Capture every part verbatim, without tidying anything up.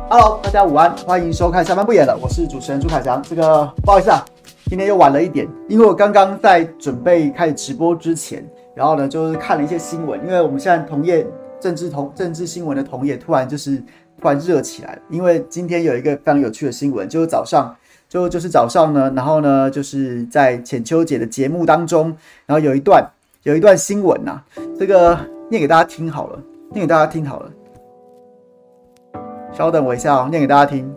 Hello， 大家午安，欢迎收看下班不演了，我是主持人朱凯翔。这个不好意思啊，今天又晚了一点，因为我刚刚在准备开始直播之前，然后呢就是看了一些新闻，因为我们现在同业政治同政治新闻的同业突然就是突然热起来了，因为今天有一个非常有趣的新闻，就是早上就就是早上呢，然后呢就是在浅秋姐的节目当中，然后有一段有一段新闻呐、啊，这个念给大家听好了，念给大家听好了。稍等我一下哦，念给大家听。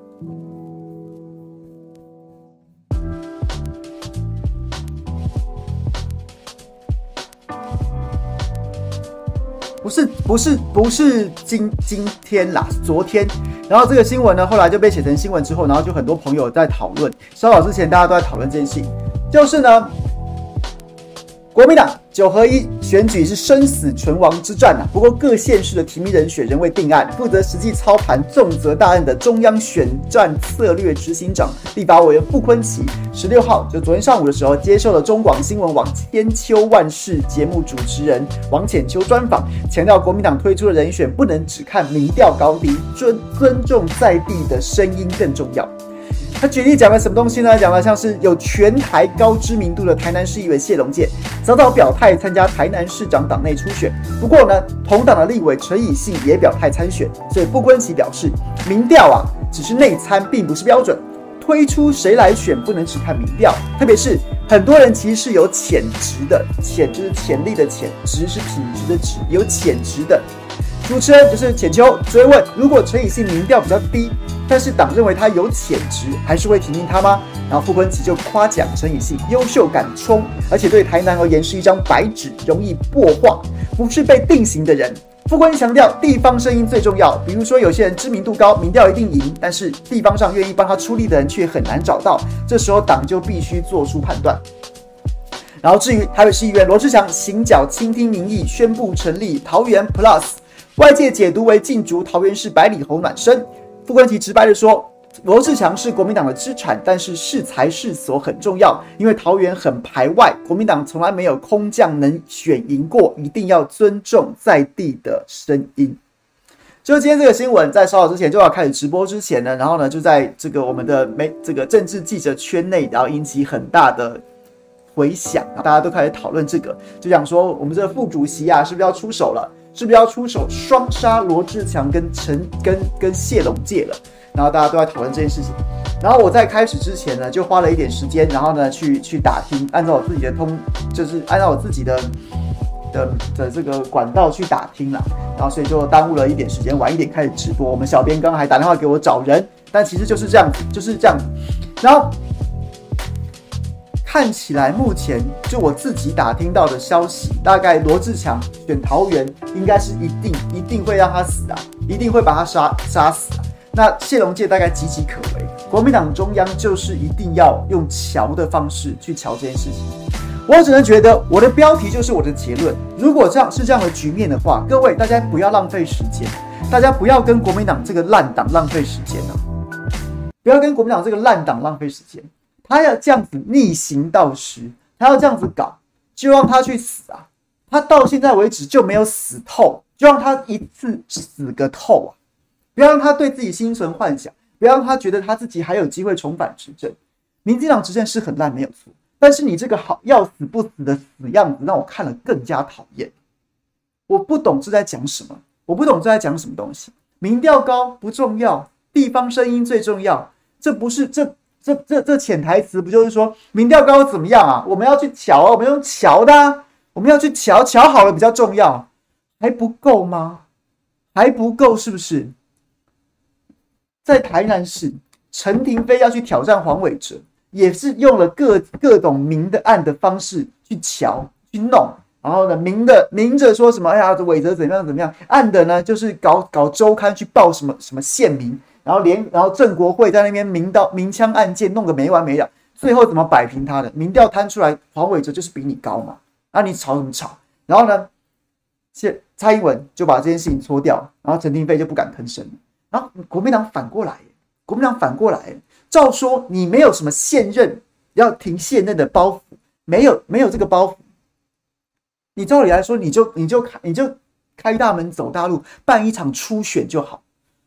不是不是不是今今天啦，昨天。然后这个新闻呢，后来就被写成新闻之后，然后就很多朋友在讨论。稍早之前大家都在讨论这件事情，就是呢，国民党九合一选举是生死存亡之战啊，不过各县市的提名人选仍未定案。负责实际操盘重责大案的中央选战策略执行长立法委员傅崐萁，十六号就昨天上午的时候，接受了中广新闻网千秋万世节目主持人王浅秋专访，强调国民党推出的人选不能只看民调高低，尊尊重在地的声音更重要。他举例讲了什么东西呢？讲了像是有全台高知名度的台南市议员谢龙介，早早表态参加台南市长党内初选。不过呢，同党的立委陈以信也表态参选。所以傅崐萁表示，民调啊只是内参，并不是标准。推出谁来选不能只看民调，特别是很多人其实是有潜质的，潜就是潜力的潜，质是品质的质，有潜质的。主持人就是浅秋追问，如果陈以信民调比较低，但是党认为他有潜质，还是会提名他吗？然后傅崐萁就夸奖陈以信优秀敢冲，而且对台南而言是一张白纸，容易擘画，不是被定型的人。傅崐萁强调地方声音最重要，比如说有些人知名度高，民调一定赢，但是地方上愿意帮他出力的人却很难找到，这时候党就必须做出判断。然后至于台北市议员罗智强行脚倾听民意，宣布成立桃园 Plus， 外界解读为进驻桃园市百里侯暖身。傅崐萁直白地说，罗智强是国民党的资产，但是适才适所很重要，因为桃园很排外，国民党从来没有空降能选赢过，一定要尊重在地的声音。就今天这个新闻，在稍早之前就要开始直播之前呢，然后呢就在这个我们的媒这个政治记者圈内，然后引起很大的回响，大家都开始讨论这个，就讲说我们这个副主席啊，是不是要出手了？是不是要出手双杀罗智强跟陈跟跟谢龙介了？然后大家都在讨论这件事情。然后我在开始之前呢，就花了一点时间，然后呢去去打听，按照我自己的通，就是按照我自己的的的这个管道去打听啦。然后所以就耽误了一点时间，晚一点开始直播。我们小编刚刚还打电话给我找人，但其实就是这样子，就是这样子。然后看起来目前就我自己打听到的消息，大概罗智强选桃园应该是一定一定会让他死啊，一定会把他杀杀死啊。那谢龙介大概岌岌可危，国民党中央就是一定要用瞧的方式去瞧这件事情。我只能觉得我的标题就是我的结论。如果这样是这样的局面的话，各位大家不要浪费时间，大家不要跟国民党这个烂党浪费时间啊！不要跟国民党这个烂党浪费时间。他要这样子逆行到实，他要这样子搞，就让他去死啊！他到现在为止就没有死透，就让他一次死个透啊！不要让他对自己心存幻想，不要让他觉得他自己还有机会重返执政。民进党执政是很烂，没有错，但是你这个好要死不死的死样子，让我看了更加讨厌。我不懂这在讲什么，我不懂这在讲什么东西。民调高不重要，地方声音最重要，这不是这。这这这潜台词不就是说民调高怎么样啊？我们要去瞧啊，我们用瞧的啊，我们要去瞧，瞧好了比较重要，还不够吗？还不够是不是？在台南市，陈亭妃要去挑战黄伟哲，也是用了各各种明的暗的方式去瞧去弄，然后呢明的明着说什么？哎呀，伟哲怎么样怎么样？暗的呢就是搞搞周刊去报什么什么县民。然后连，然后郑国会在那边明刀明枪暗箭弄个没完没了，最后怎么摆平他的？民调摊出来，黄伟哲就是比你高嘛，那、啊、你吵什么吵？然后呢，蔡英文就把这件事情搓掉，然后陈亭妃就不敢吭声。然后国民党反过来，国民党反过来，照说你没有什么现任要停现任的包袱，没有没有这个包袱，你照理来说，你就你就你就开大门走大路，办一场初选就好。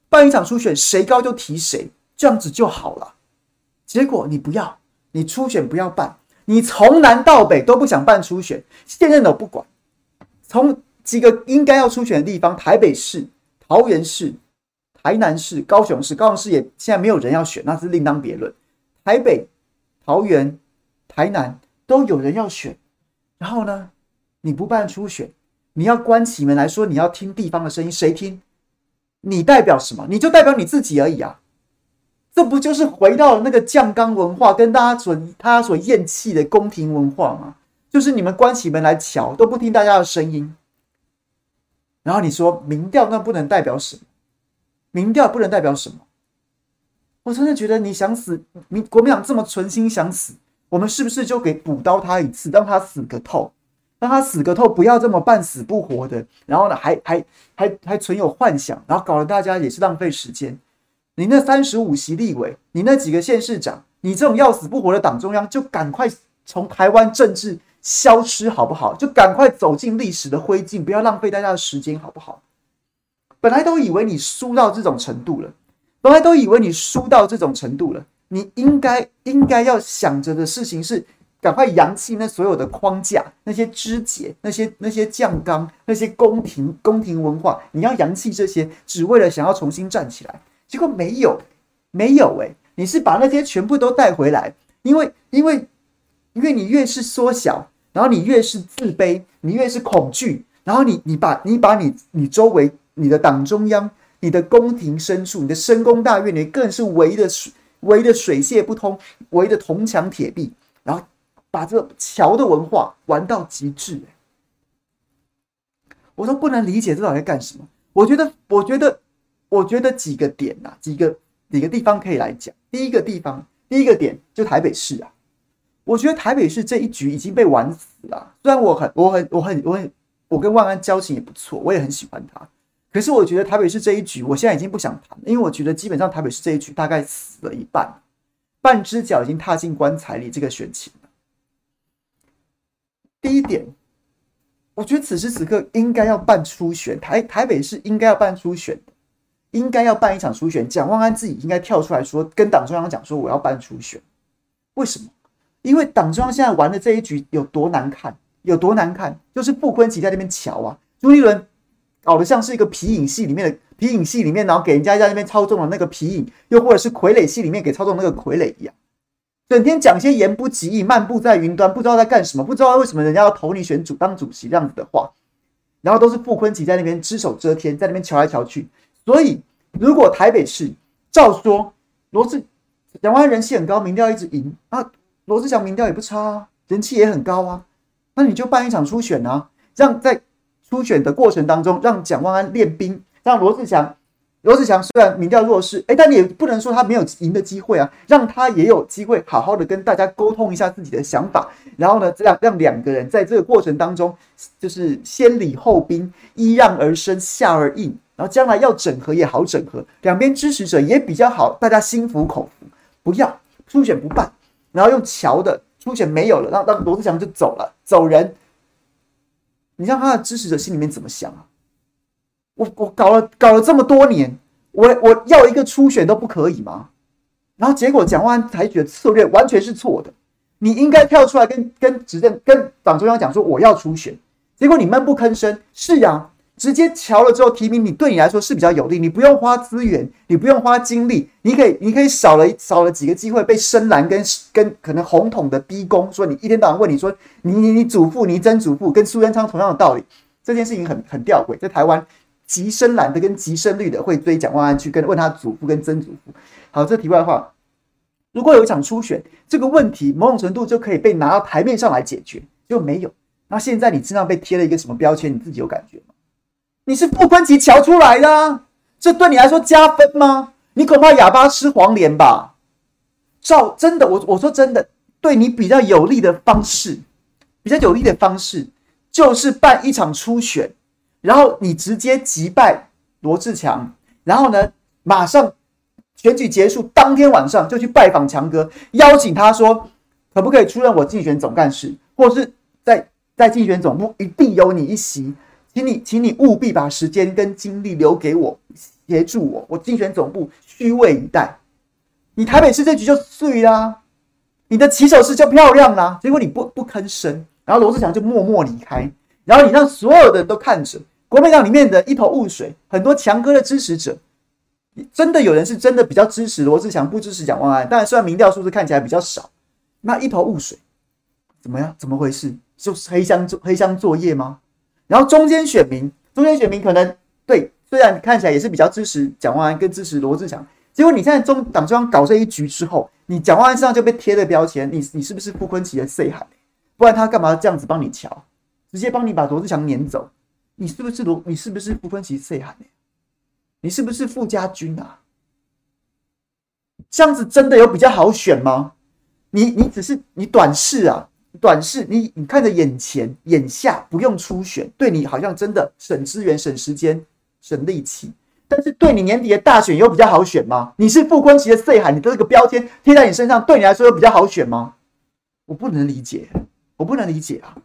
办一场初选，谁高就提谁，这样子就好了。结果你不要，你初选不要办，你从南到北都不想办初选，现任的我不管。从几个应该要初选的地方，台北市、桃园市、台南市、高雄市，高雄市也现在没有人要选，那是另当别论。台北、桃园、台南都有人要选，然后呢，你不办初选，你要关起门来说你要听地方的声音，谁听？你代表什么？你就代表你自己而已啊！这不就是回到了那个酱缸文化，跟大家所他所厌弃的宫廷文化吗？就是你们关起门来瞧，都不听大家的声音。然后你说民调那不能代表什么？民调不能代表什么？我真的觉得你想死，国民党这么存心想死，我们是不是就给补刀他一次，让他死个透？让他死个透，不要这么半死不活的，然后呢，还还还还存有幻想，然后搞得大家也是浪费时间。你那三十五席立委，你那几个县市长，你这种要死不活的党中央，就赶快从台湾政治消失好不好？就赶快走进历史的灰烬，不要浪费大家的时间好不好？本来都以为你输到这种程度了，本来都以为你输到这种程度了，你应该应该要想着的事情是。赶快扬弃那所有的框架，那些枝节，那些那些酱缸，那些宫廷宫廷文化，你要扬弃这些，只为了想要重新站起来。结果没有，没有哎、欸，你是把那些全部都带回来，因为因为因为你越是缩小，然后你越是自卑，你越是恐惧，然后你你把你把你你周围你的党中央、你的宫廷深处、你的深宫大院，你更是围的围的水泄不通，围的铜墙铁壁，然后。把这个桥的文化玩到极致、欸，我都不能理解这到底在干什么。我觉得，我觉得，我觉得几个点啊，几个几个地方可以来讲。第一个地方，第一个点就台北市啊，我觉得台北市这一局已经被玩死了。虽然我很、我很、我很、我很，我跟万安交情也不错，我也很喜欢他。可是我觉得台北市这一局，我现在已经不想谈了，因为我觉得基本上台北市这一局大概死了一半，半只脚已经踏进棺材里这个选情。第一点，我觉得此时此刻应该要办初选，台台北市应该要办初选的，应该要办一场初选。蒋万安自己应该跳出来说，跟党中央讲说我要办初选。为什么？因为党中央现在玩的这一局有多难看，有多难看，就是傅昆萁在那边瞧啊，朱立伦搞得像是一个皮影戏里面的皮影戏里面，然后给人家在那边操纵的那个皮影，又或者是傀儡戏里面给操纵的那个傀儡一样。整天讲些言不及义、漫步在云端，不知道在干什么，不知道为什么人家要投你选主当主席这样子的话，然后都是傅昆萁在那边只手遮天，在那边瞧来瞧去。所以，如果台北市照说罗志蒋万安人气很高，民调一直赢啊，罗志祥民调也不差啊，人气也很高啊，那你就办一场初选啊，让在初选的过程当中，让蒋万安练兵，让罗志祥。罗志祥虽然民调弱势，哎，但你也不能说他没有赢的机会啊，让他也有机会好好的跟大家沟通一下自己的想法，然后呢，让让两个人在这个过程当中，就是先礼后兵，揖让而生，下而应，然后将来要整合也好整合，两边支持者也比较好，大家心服口服。不要初选不办，然后用桥的初选没有了，让让罗志祥就走了，走人，你让他的支持者心里面怎么想啊？我我搞了搞了这么多年，我我要一个初选都不可以吗？然后结果蒋万安采取的策略完全是错的，你应该跳出来跟跟执政跟党中央讲说我要初选，结果你闷不吭声，是啊，直接瞧了之后提名你对你来说是比较有利，你不用花资源，你不用花精力，你可以你可以少了少了几个机会被深蓝跟跟可能红统的逼宫，说你一天到晚问你说你你你祖父你曾祖父跟苏贞昌同样的道理，这件事情很很吊诡，在台湾。极深蓝的跟极深绿的会追蒋万安去跟问他祖父跟曾祖父。好，这题外话，如果有一场初选，这个问题某种程度就可以被拿到台面上来解决，就没有。那现在你身上被贴了一个什么标签，你自己有感觉吗？你是傅昆萁瞧出来的啊，这对你来说加分吗？你恐怕哑巴吃黄连吧。照真的，我我说真的，对你比较有利的方式，比较有利的方式就是办一场初选。然后你直接击败罗志强，然后呢，马上选举结束当天晚上就去拜访强哥，邀请他说，可不可以出任我竞选总干事，或是在在竞选总部一定有你一席，请你请你务必把时间跟精力留给我， 协助我，我竞选总部虚位以待。你台北市这局就碎啦，你的起手式就漂亮啦，结果你不不吭声，然后罗志祥就默默离开，然后你让所有的人都看着国民党里面的一头雾水，很多强哥的支持者，真的有人是真的比较支持罗志祥，不支持蒋万安，当然虽然民调数字看起来比较少，那一头雾水，怎么样？怎么回事？就是黑箱黑箱作业吗？然后中间选民，中间选民可能对，虽然看起来也是比较支持蒋万安跟支持罗志祥。结果你现在中党中央搞这一局之后，你蒋万安身上就被贴了标签，你你是不是傅昆萁的细汉？不然他干嘛这样子帮你瞧，直接帮你把罗志祥撵走？你是不是罗？你是不是傅昆萁细汉？你是不是傅家军啊？这样子真的有比较好选吗？你你只是你短视啊，短视你你看着眼前眼下不用初选，对你好像真的省资源、省时间、省力气。但是对你年底的大选有比较好选吗？你是傅昆萁的细汉，你的这个标签贴在你身上，对你来说有比较好选吗？我不能理解，我不能理解啊！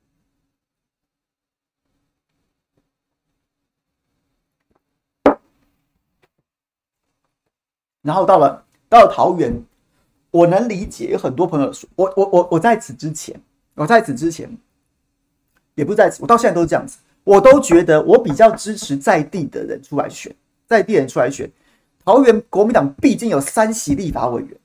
然后到了到了桃园，我能理解，有很多朋友说，我我我我在此之前，我在此之前，也不在此，我到现在都是这样子。我都觉得我比较支持在地的人出来选，在地人出来选。桃园国民党毕竟有三席立法委员，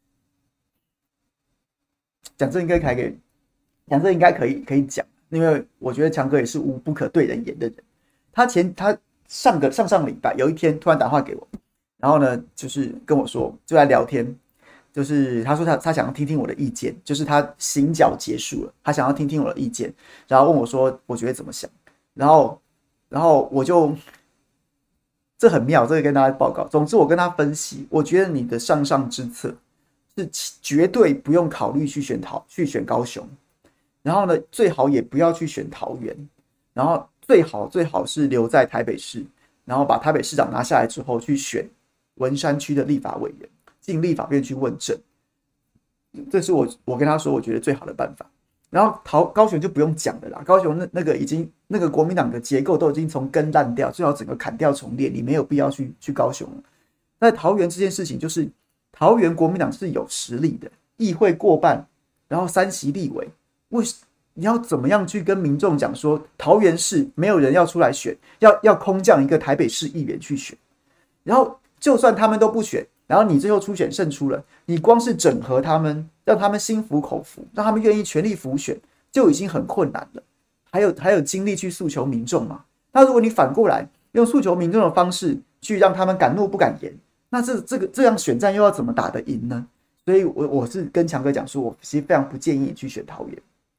讲这应该可以，讲这应该可以可以讲，因为我觉得强哥也是无不可对人言的人。他前他上个上上礼拜有一天突然打电话给我，然后呢就是跟我说，就来聊天，就是他说他他想要听听我的意见，就是他行脚结束了，他想要听听我的意见，然后问我说我觉得怎么想。然后，然后我就，这很妙，这个跟大家报告。总之，我跟他分析，我觉得你的上上之策是绝对不用考虑去选桃，去选高雄，然后呢，最好也不要去选桃园，然后最好最好是留在台北市，然后把台北市长拿下来之后，去选文山区的立法委员，进立法院去问政。这是我我跟他说，我觉得最好的办法。然后桃高雄就不用讲了啦，高雄那那个已经那个国民党的结构都已经从根烂掉，最好整个砍掉重练，你没有必要去去高雄了。那桃园这件事情就是，桃园国民党是有实力的，议会过半，然后三席立委，为你要怎么样去跟民众讲说，桃园市没有人要出来选，要要空降一个台北市议员去选，然后就算他们都不选。然后你最后初选胜出了，你光是整合他们，让他们心服口服，让他们愿意全力辅选，就已经很困难了。还有还有精力去诉求民众嘛？那如果你反过来用诉求民众的方式去让他们敢怒不敢言，那这这个这样选战又要怎么打得赢呢？所以我我是跟强哥讲说，我其实非常不建议你去选桃园。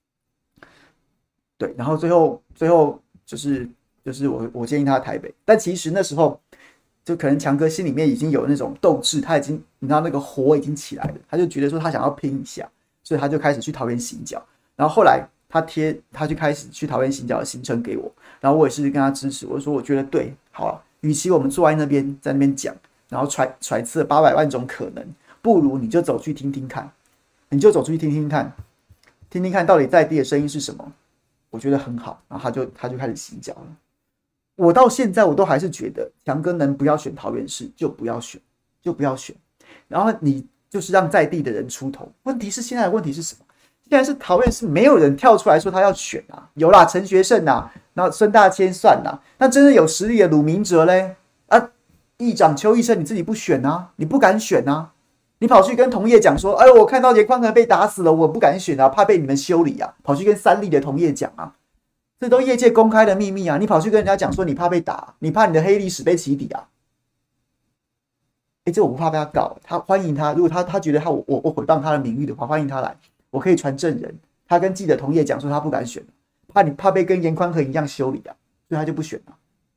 对，然后最后最后就是就是我我建议他台北，但其实那时候。就可能强哥心里面已经有那种斗志，他已经你知道那个火已经起来了，他就觉得说他想要拼一下，所以他就开始去桃园行脚。然后后来他贴，他就开始去桃园行脚的行程给我，然后我也是跟他支持，我说我觉得对，好了，与其我们坐在那边在那边讲，然后揣揣测八百万种可能，不如你就走去听听看，你就走出去听听看，听听看到底在地的声音是什么，我觉得很好。然后他就他就开始行脚了。我到现在我都还是觉得强哥能不要选桃园市就不要选，就不要选。然后你就是让在地的人出头。问题是现在的问题是什么？现在是桃园市没有人跳出来说他要选啊，有啦，陈学圣啊，然后孙大千算啦，那真的有实力的鲁明哲嘞啊，议长邱奕胜你自己不选啊，你不敢选啊，你跑去跟同业讲说，哎，我看到严宽恒被打死了，我不敢选啊，怕被你们修理啊，跑去跟三立的同业讲啊。这都业界公开的秘密啊！你跑去跟人家讲说你怕被打，你怕你的黑历史被起底啊？哎，这我不怕被他告，他欢迎他。如果他他觉得他我我我毁谤他的名誉的话，欢迎他来，我可以传证人。他跟记者同业讲说他不敢选，怕你怕被跟严宽恒一样修理啊，所以他就不选了。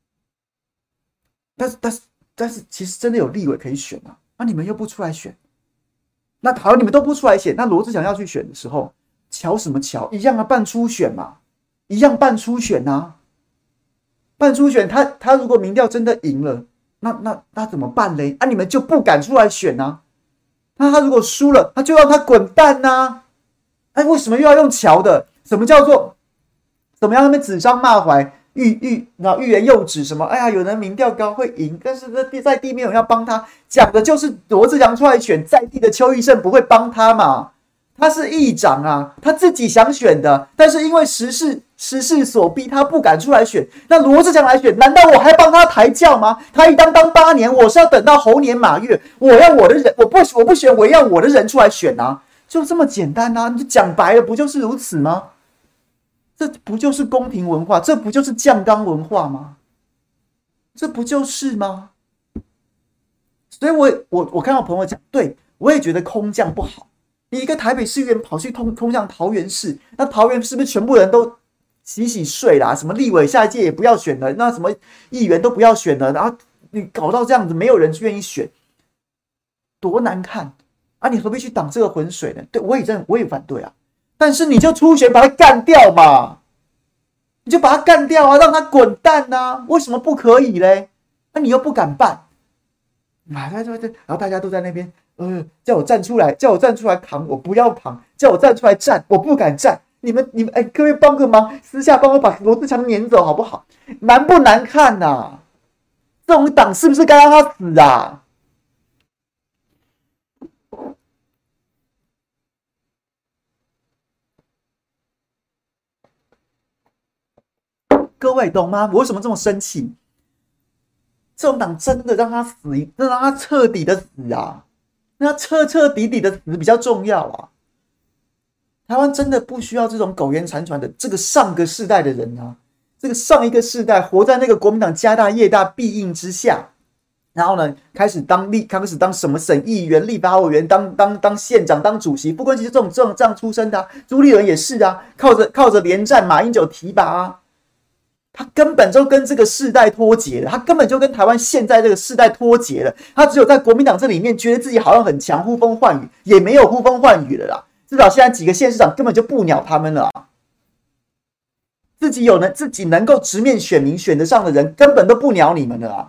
但是但是但是其实真的有立委可以选啊，那、啊、你们又不出来选，那好，你们都不出来选，那罗志祥要去选的时候，瞧什么瞧？一样啊，办初选嘛。一样办初选啊，办初选他，他他如果民调真的赢了，那那那怎么办嘞？啊，你们就不敢出来选啊？那他如果输了，他就让他滚蛋呐！哎，为什么又要用瞧的？什么叫做什么要他们指桑骂槐？ 欲欲然后欲言又止什么，哎呀，有人民调高会赢，但是在在地没有人要帮他，讲的就是罗志祥出来选在地的邱奕胜不会帮他嘛。他是议长啊，他自己想选的，但是因为时事时事所逼，他不敢出来选。那罗志祥来选，难道我还帮他抬轿吗？他一当当八年，我是要等到猴年马月，我要我的人，我不我不选，我要我的人出来选啊，就这么简单啊！你讲白了，不就是如此吗？这不就是公平文化？这不就是酱缸文化吗？这不就是吗？所以我我我看到朋友讲，对我也觉得空降不好。你一个台北市议员跑去通通向桃园市，那桃园是不是全部人都洗洗睡啦？什么立委下一届也不要选了，那什么议员都不要选了，然后你搞到这样子，没有人愿意选，多难看啊！你何必去挡这个浑水呢？对我也真我也反对啊，但是你就出选把他干掉嘛，你就把他干掉啊，让他滚蛋啊！为什么不可以嘞？那你又不敢办啊？对对对，然后大家都在那边。呃，叫我站出来，叫我站出来扛，我不要扛；叫我站出来站，我不敢站。你们，你们，哎，各位帮个忙，私下帮我把罗志祥撵走好不好？难不难看呐、啊？这种党是不是该让他死啊？各位懂吗？我为什么这么生气？这种党真的让他死，让他彻底的死啊！那彻彻底底的死比较重要啊！台湾真的不需要这种苟延残喘的这个上个世代的人啊！这个上一个世代活在那个国民党家大业大庇荫之下，然后呢，开始当立，开始当什么省议员、立法委员，当当当县长、当主席，不管其实这种这种这样出身的、啊，朱立伦也是啊，靠着靠着连战、马英九提拔啊。他根本就跟这个世代脱节了，他根本就跟台湾现在这个世代脱节了。他只有在国民党这里面觉得自己好像很强，呼风唤雨，也没有呼风唤雨了啦。至少现在几个县市长根本就不鸟他们了啊。自己有能自己能够直面选民选得上的人，根本都不鸟你们了啊。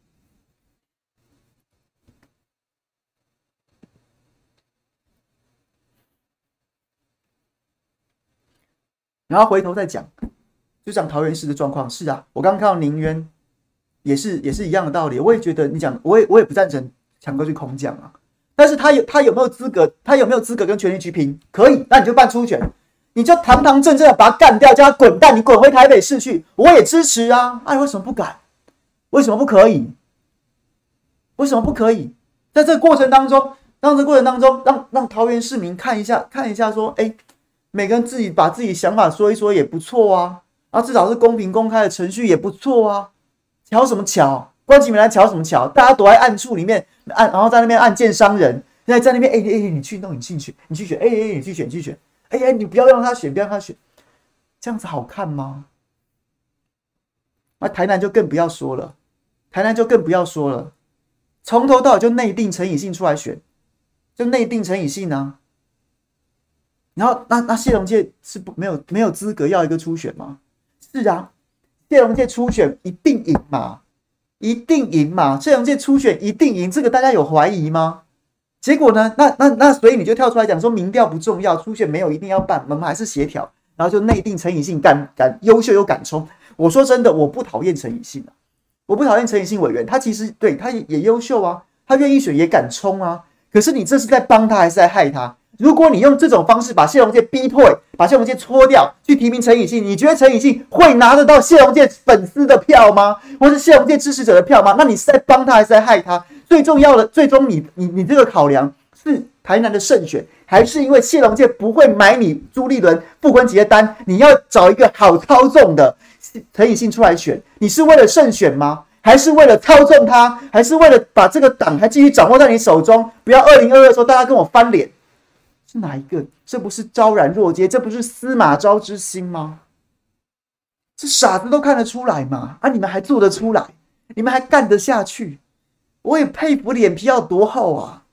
然后回头再讲。就讲桃园市的状况，是啊，我刚刚看到宁渊也是也是一样的道理，我也觉得你讲，我也我也不赞成强哥去空降啊，但是他有他有没有资格？他有没有资格跟权力去拼？可以，那你就办初选，你就堂堂正正的把他干掉，叫他滚蛋，你滚回台北市去，我也支持啊！哎，为什么不敢？为什么不可以？为什么不可以？在这个过程当中，让这个过程当中，让让桃园市民看一下看一下，说，哎，每个人自己把自己想法说一说也不错啊。啊，至少是公平公开的程序也不错啊，巧什么巧？关起门来巧什么巧？大家躲在暗处里面，暗然后在那边暗箭伤人，现在在那边，哎、欸、哎、欸，你去弄，你进去，你去选，哎、欸、哎、欸，你去选，你去选，哎、欸、哎、欸，你不要让他选，不要让他选，这样子好看吗？那台南就更不要说了，台南就更不要说了，从头到尾就内定陈以信出来选，就内定陈以信啊。然后那那谢龙介是不没有没有资格要一个初选吗？是啊，谢龙介初选一定赢嘛，一定赢嘛，谢龙介初选一定赢，这个大家有怀疑吗？结果呢，那那那所以你就跳出来讲说民调不重要，初选没有一定要办，我们还是协调，然后就内定陈以信敢敢优秀又敢冲。我说真的，我不讨厌陈以信啊，我不讨厌陈以信委员，他其实对他也优秀啊，他愿意选也敢冲啊，可是你这是在帮他还是在害他？如果你用这种方式把谢龙介逼退，把谢龙介搓掉，去提名陈以信，你觉得陈以信会拿得到谢龙介粉丝的票吗？或是谢龙介支持者的票吗？那你是在帮他还是在害他？最重要的，最终你你你这个考量是台南的胜选，还是因为谢龙介不会买你朱立伦、傅昆萁的单？你要找一个好操纵的陈以信出来选，你是为了胜选吗？还是为了操纵他？还是为了把这个党还继续掌握在你手中？不要二零二二的时候大家跟我翻脸。是哪一个？这不是昭然若揭，这不是司马昭之心吗？这傻子都看得出来嘛！啊，你们还做得出来，你们还干得下去，我也佩服脸皮要多厚啊！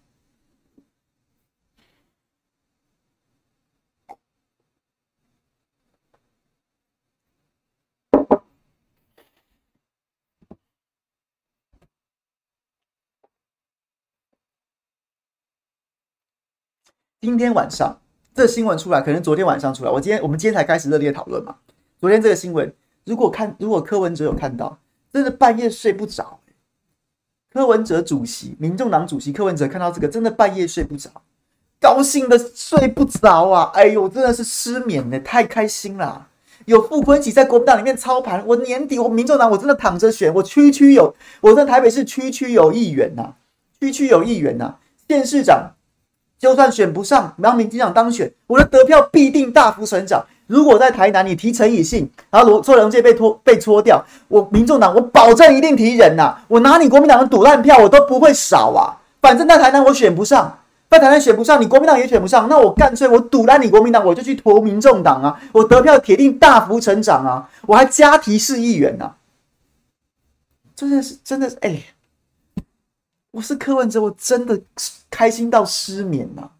今天晚上这新闻出来，可能昨天晚上出来，我今天我们今天才开始热烈讨论嘛。昨天这个新闻， 如果看如果柯文哲有看到，真的半夜睡不着。柯文哲主席，民众党主席柯文哲看到这个，真的半夜睡不着，高兴的睡不着啊！哎呦，真的是失眠呢，太开心啦！有傅昆萁在国民党里面操盘，我年底我民众党我真的躺着选，我区区有，我在台北市区区有议员呐、啊，区区有议员呐、啊，县市长就算选不上，让民进党当选，我的得票必定大幅成长。如果在台南你提陈以信，然后罗周荣介被拖被搓掉，我民众党我保证一定提人呐、啊，我拿你国民党的赌烂票我都不会少啊。反正在台南我选不上，在台南选不上，你国民党也选不上，那我干脆我赌烂你国民党，我就去投民众党啊，我得票铁定大幅成长啊，我还加提市议员啊，真的是真的是哎、欸，我是柯文哲，我真的开心到失眠啊。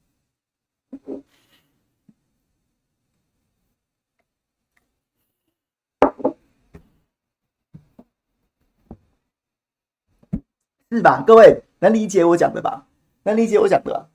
是吧？各位能理解我讲的吧？能理解我讲的吧？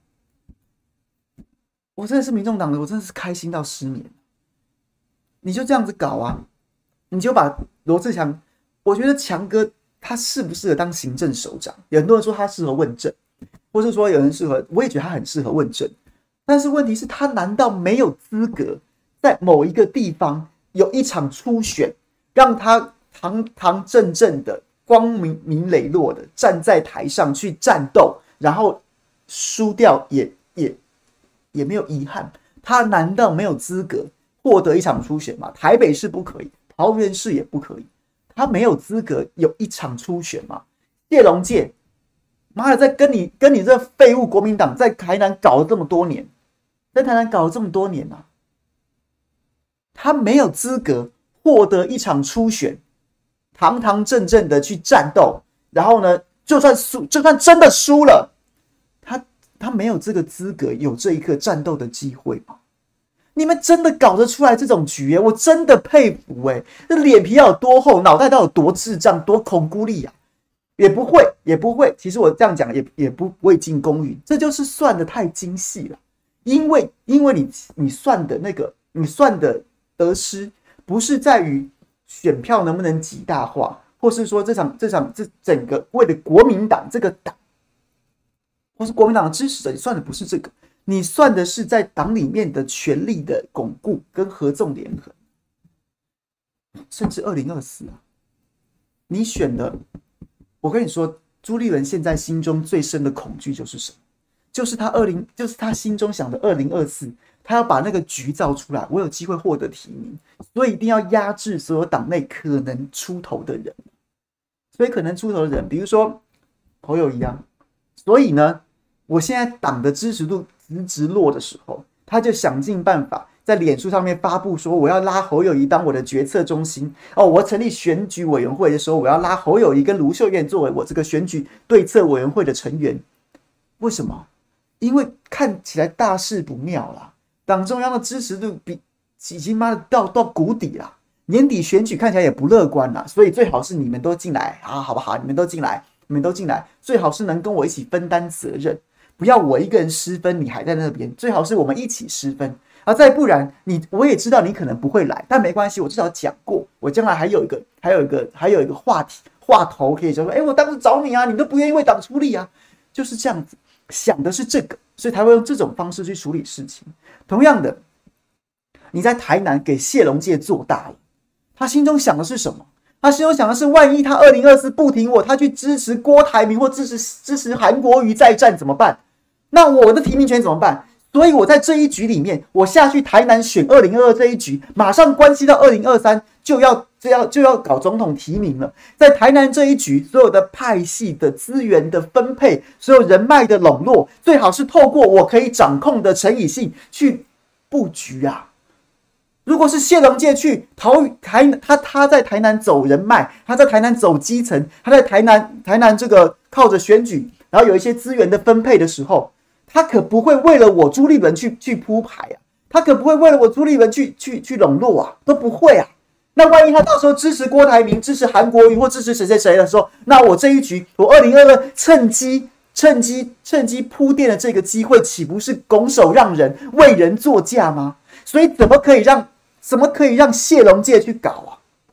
我真的是民众党的，我真的是开心到失眠。你就这样子搞啊？你就把罗智强，我觉得强哥他适不适合当行政首长？有很多人说他适合问政，或是说有人适合，我也觉得他很适合问政。但是问题是，他难道没有资格在某一个地方有一场初选，让他堂堂正正的？光明明磊落的站在台上去战斗，然后输掉也也也没有遗憾。他难道没有资格获得一场初选吗？台北市不可以，桃园市也不可以，他没有资格有一场初选吗？谢龙介，妈的，在跟你跟你这废物国民党在台南搞了这么多年，在台南搞了这么多年啊，他没有资格获得一场初选。堂堂正正的去战斗，然后呢，就算输，就算真的输了，他他没有这个资格有这一刻战斗的机会吗？你们真的搞得出来这种局、欸？我真的佩服哎、欸，这脸皮要有多厚，脑袋要有多智障，多恐孤立啊！也不会，也不会。其实我这样讲也也不未尽公允，这就是算得太精细了。因为因为你你算的那个，你算的得失不是在于。选票能不能极大化，或是说这场这场这整个为了国民党这个党，或是国民党的支持者，你算的不是这个，你算的是在党里面的权力的巩固跟合纵连横，甚至二零二四啊，你选的，我跟你说，朱立伦现在心中最深的恐惧就是什么？就是他二零，就是他心中想的二零二四。他要把那个局造出来，我有机会获得提名，所以一定要压制所有党内可能出头的人。所以可能出头的人，比如说侯友宜啊，所以呢，我现在党的支持度直直落的时候，他就想尽办法在脸书上面发布说，我要拉侯友宜当我的决策中心哦，我成立选举委员会的时候，我要拉侯友宜跟卢秀燕作为我这个选举对策委员会的成员。为什么？因为看起来大事不妙啦。党中央的支持度比已经妈的到到谷底啦，年底选举看起来也不乐观啦，所以最好是你们都进来啊，好不好？你们都进来，你们都进来，最好是能跟我一起分担责任，不要我一个人失分，你还在那边，最好是我们一起失分啊！再不然你我也知道你可能不会来，但没关系，我至少讲过，我将来还有一个还有一个还有一个话题话头可以说，哎，我当时找你啊，你都不愿意为党出力啊，就是这样子想的是这个，所以才会用这种方式去处理事情。同样的，你在台南给谢龙介做大了，他心中想的是什么？他心中想的是，万一他二零二四不挺我，他去支持郭台铭或支持支持韩国瑜再战怎么办？那我的提名权怎么办？所以我在这一局里面，我下去台南选二零二二这一局，马上关系到二零二三就要就要就要搞总统提名了。在台南这一局，所有的派系的资源的分配，所有人脉的笼络，最好是透过我可以掌控的陈以信去布局啊。如果是谢龙介去桃台，他他在台南走人脉，他在台南走基层，他在台南台南这个靠着选举，然后有一些资源的分配的时候，他可不会为了我朱立伦去去铺排啊，他可不会为了我朱立伦去去去笼络啊，都不会啊。那万一他到时候支持郭台铭、支持韩国瑜或支持谁谁谁的时候，那我这一局我二零二二趁机趁机趁机铺垫的这个机会，岂不是拱手让人、为人作嫁吗？所以怎么可以让怎么可以让谢龙介去搞啊？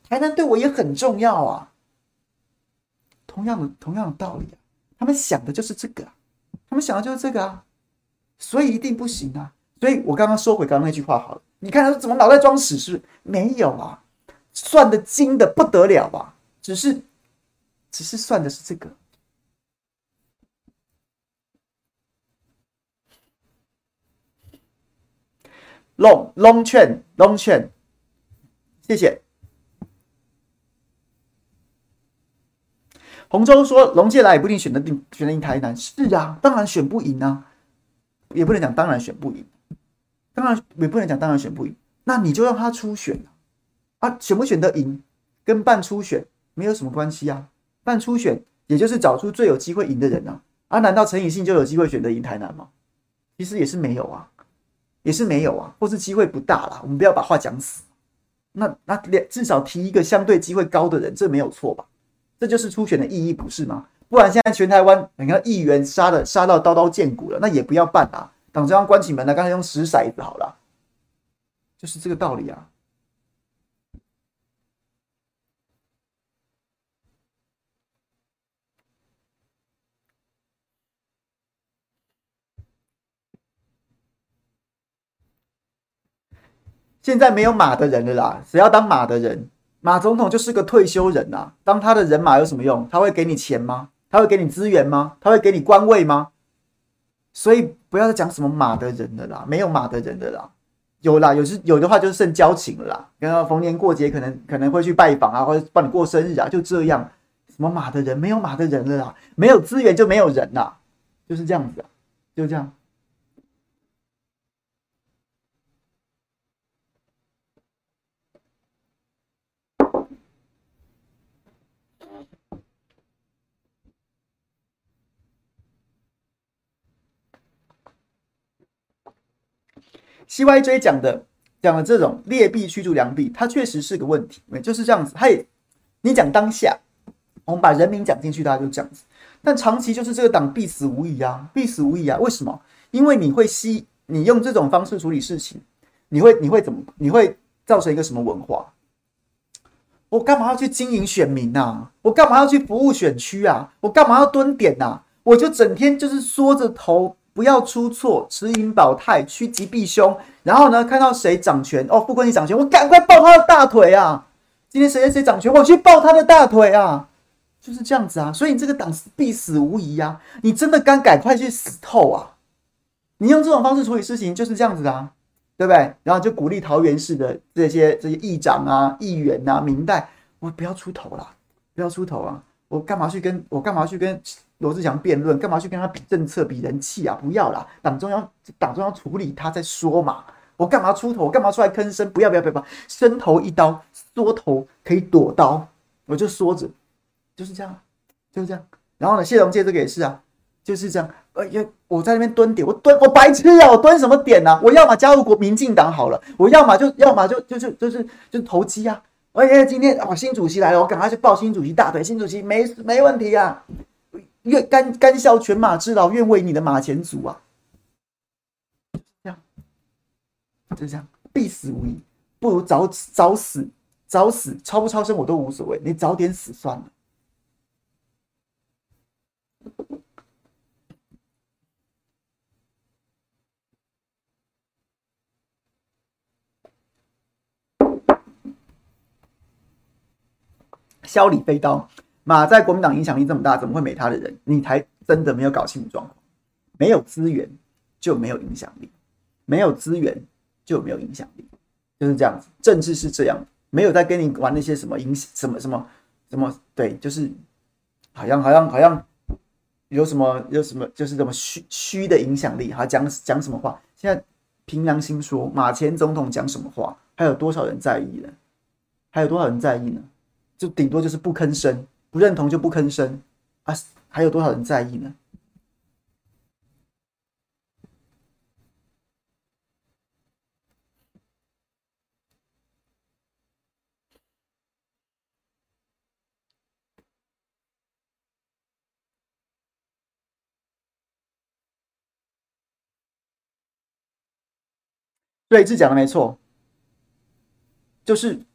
台南对我也很重要啊。同样的同样的道理啊，他们想的就是这个、啊，他们想的就是这个啊，所以一定不行啊。所以我刚刚收回刚刚那句话好了，你看他怎么脑袋装屎是不是？没有啊，算的精的不得了吧？只是只是算的是这个。long long 券 long 券，谢谢。洪州说龙介来也不一定选得定，选得赢台南。是啊，当然选不赢啊，也不能讲当然选不赢，当然也不能讲当然选不赢。那你就让他初选啊，啊选不选得赢跟办初选没有什么关系啊。办初选也就是找出最有机会赢的人啊，啊难道陈以信就有机会选得赢台南吗？其实也是没有啊，也是没有啊，或是机会不大啦。我们不要把话讲死。那那至少提一个相对机会高的人，这没有错吧？这就是初选的意义，不是吗？不然现在全台湾你看议员杀的杀到刀刀见骨了，那也不要办啊！党中央关起门来，刚才用石骰子好了，就是这个道理啊。现在没有马的人了啦，谁要当马的人？马总统就是个退休人啊，当他的人马有什么用？他会给你钱吗？他会给你资源吗？他会给你官位吗？所以不要再讲什么马的人了啦，没有马的人了啦，有啦，有是有的话就是剩交情了啦，然后逢年过节可能可能会去拜访啊，或者帮你过生日啊，就这样。什么马的人，没有马的人了啦，没有资源就没有人啦，就是这样子啊，就这样。C Y J 讲的讲的这种劣币驱逐良币，它确实是个问题，就是这样子。它也你讲当下，我们把人民讲进去，大家就这样子。但长期就是这个党必死无疑啊，必死无疑啊！为什么？因为你会吸，你用这种方式处理事情，你会你会怎么？你会造成一个什么文化？我干嘛要去经营选民啊？我干嘛要去服务选区啊？我干嘛要蹲点啊？我就整天就是缩着头。不要出错，持盈保泰，趋吉避凶。然后呢，看到谁掌权，哦，傅昆萁掌权，我赶快抱他的大腿啊！今天谁谁谁掌权，我去抱他的大腿啊！就是这样子啊，所以你这个党必死无疑啊！你真的该赶快去死透啊！你用这种方式处理事情就是这样子啊，对不对？然后就鼓励桃园市的这些这些议长啊、议员啊、民代，我不要出头啦，不要出头啊！我干嘛去跟我干嘛去跟罗志祥辩论？干嘛去跟他比政策、比人气啊？不要啦，党中央党中央处理他再说嘛。我干嘛出头？我干嘛出来吭声？不要不要不要！伸头一刀，缩头可以躲刀，我就缩着，就是这样，就是这样。然后呢，谢龙介这个也是啊，就是这样。哎呀，我在那边蹲点，我蹲我白痴啊！我蹲什么点啊？我要么加入国民进党好了，我要么就要么就就是就是就是投机啊。哎呀，今天哦，新主席来了，我赶快去抱新主席大腿。新主席没没问题啊，愿甘甘效犬马之劳，愿为你的马前卒啊！这样，就这样，必死无疑，不如早早死，早死，超不超生我都无所谓，你早点死算了。削李飞刀，马在国民党影响力这么大，怎么会没他的人？你才真的没有搞清楚状况。没有资源就没有影响力，没有资源就没有影响力，就是这样子。政治是这样，没有在跟你玩那些什么影什么什么什么，对，就是好像好像好像有什么有什么就是什么虚虚的影响力，还讲讲什么话？现在凭良心说，马前总统讲什么话，还有多少人在意呢？还有多少人在意呢？就顶多就是不吭声，不认同就不吭声啊，还有多少人在意呢？睿智讲的没错，就是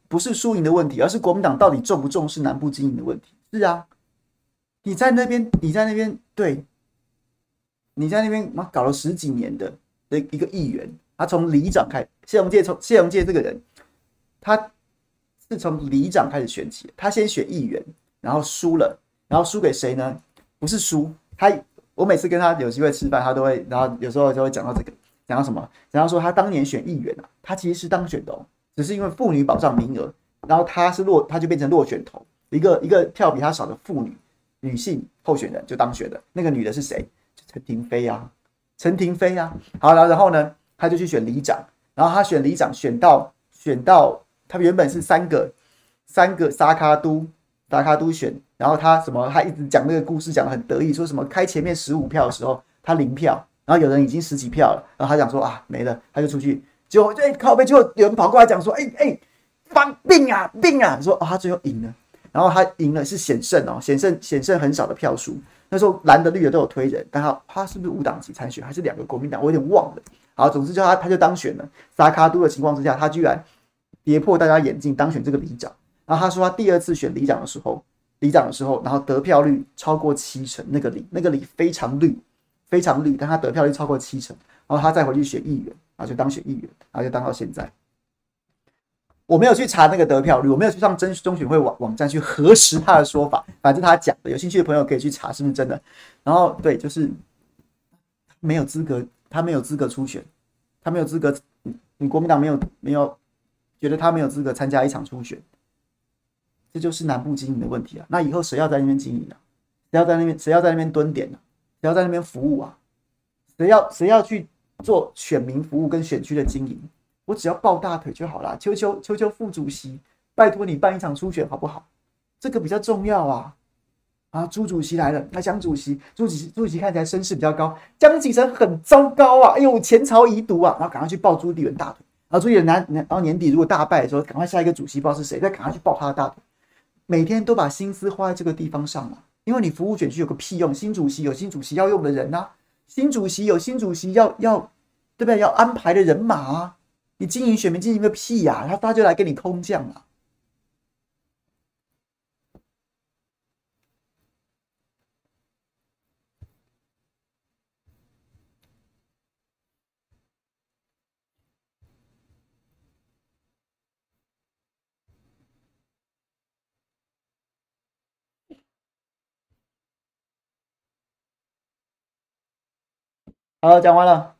不是输赢的问题，而是国民党到底重不重视南部经营的问题。是啊，你在那边，你在那边，对，你在那边搞了十几年的的一个议员，他从里长开始，谢龙介从谢龙介这个人，他是从里长开始选起，他先选议员，然后输了，然后输给谁呢？不是输，他我每次跟他有机会吃饭，他都会，然后有时候就会讲到这个，讲到什么？讲到说他当年选议员啊，他其实是当选的哦，只是因为妇女保障名额，然后他是落，他就变成落选头，一个一个票比他少的妇女女性候选人就当选了。那个女的是谁？陈亭妃啊，陈亭妃啊。好了，然后呢，他就去选里长，然后他选里长选到选到，他原本是三个三个沙卡都沙卡都选，然后他什么，他一直讲那个故事讲得很得意，说什么开前面十五票的时候他零票，然后有人已经十几票了，然后他讲说啊没了，他就出去，结果哎靠背，就有人跑过来讲说哎哎放病啊病啊，说啊、哦、他最后赢了，然后他赢了是险胜哦，险胜险胜很少的票数。那时候蓝的绿的都有推人，但他他是不是无党籍参选，还是两个国民党，我有点忘了。好，总之就他他就当选了。萨卡都的情况之下，他居然跌破大家眼镜，当选这个里长。然后他说他第二次选里长的时候，里长的时候，然后得票率超过七成，那个里那个里非常绿，非常绿，但他得票率超过七成。然后他再回去选议员，然后就当选议员，然后就当到现在。我没有去查那个得票率，我没有去上中中选会网网站去核实他的说法，反正他讲的，有兴趣的朋友可以去查是不是真的。然后对，就是没有资格，他没有资格出选，他没有资格，你国民党没有没有觉得他没有资格参加一场初选，这就是南部经营的问题啊。那以后谁要在那边经营啊？谁要在那边谁要在那边蹲点啊？谁要在那边服务啊？谁要谁要去做选民服务跟选区的经营？我只要抱大腿就好啦，求求求求副主席，拜托你办一场初选好不好？这个比较重要啊！啊，朱主席来了，那江主席，朱主席，朱主席看起来声势比较高，江启臣很糟糕啊！哎呦，前朝遗毒啊！然后赶快去抱朱立伦大腿，然后朱立伦拿，然后年底如果大败的时候，赶快下一个主席不知道是谁，再赶快去抱他的大腿。每天都把心思花在这个地方上啊，因为你服务选区有个屁用，新主席有新主席要用的人啊，新主席有新主席要要对不对？要安排的人马啊。你经营选民经营个屁呀、啊！他他就来跟你空降了。好，讲完了。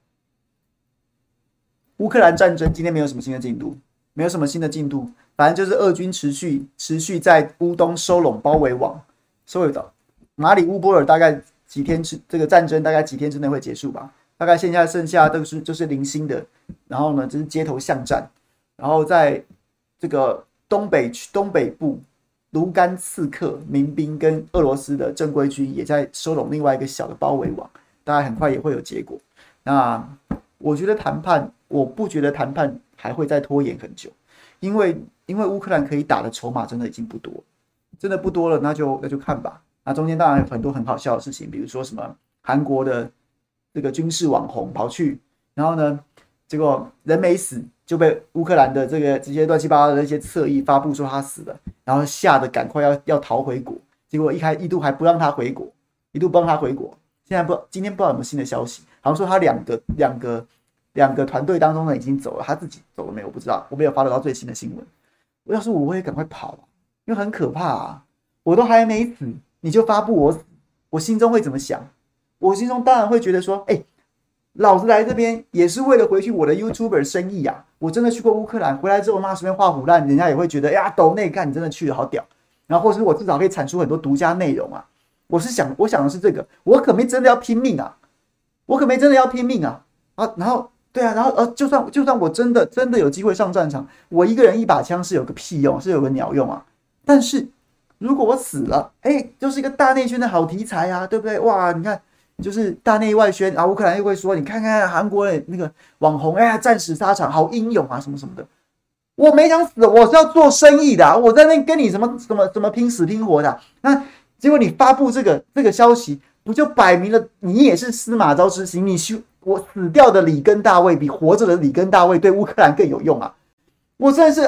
乌克兰战争今天没有什么新的进度，没有什么新的进度，反正就是俄军持续持续在乌东收拢包围网，收围到马里乌波尔大概几天之这个战争大概几天之内会结束吧，大概现在剩下都是就是零星的，然后呢就是街头巷战，然后在这个东北东北部卢甘刺客民兵跟俄罗斯的正规军也在收拢另外一个小的包围网，大概很快也会有结果。那我觉得谈判。我不觉得谈判还会再拖延很久，因为因为乌克兰可以打的筹码真的已经不多，真的不多了，那就那就看吧。那中间当然有很多很好笑的事情，比如说什么韩国的这个军事网红跑去，然后呢，结果人没死就被乌克兰的这个这些乱七八糟的那些侧翼发布说他死了，然后吓得赶快要要逃回国，结果一开一度还不让他回国，一度不让他回国。现在不今天不知道有没有新的消息，好像说他两个两个。两个团队当中呢已经走了，他自己走了没有？我不知道，我没有发到最新的新闻。我要是我，我也赶快跑啊，因为很可怕啊！我都还没死，你就发布我死，我心中会怎么想？我心中当然会觉得说，哎、欸，老子来这边也是为了回去我的 YouTuber 生意啊！我真的去过乌克兰，回来之后妈随便画虎烂，人家也会觉得，哎呀，抖内干你真的去了好屌。然后或是我至少可以产出很多独家内容啊！我是想，我想的是这个，我可没真的要拼命啊！我可没真的要拼命啊！啊，然后。对啊，然后呃，就算就算我真的真的有机会上战场，我一个人一把枪是有个屁用，是有个鸟用啊！但是如果我死了，哎，就是一个大内宣的好题材啊，对不对？哇，你看，就是大内外宣，然后乌克兰又会说，你看看韩国的那个网红，哎呀，战死沙场，好英勇啊，什么什么的。我没想死，我是要做生意的、啊，我在那跟你什么什么什么拼死拼活的、啊。那结果你发布这个这个消息，不就摆明了你也是司马昭之心，你修。我死掉的里根大卫比活着的里根大卫对乌克兰更有用啊！我真的是哎、欸，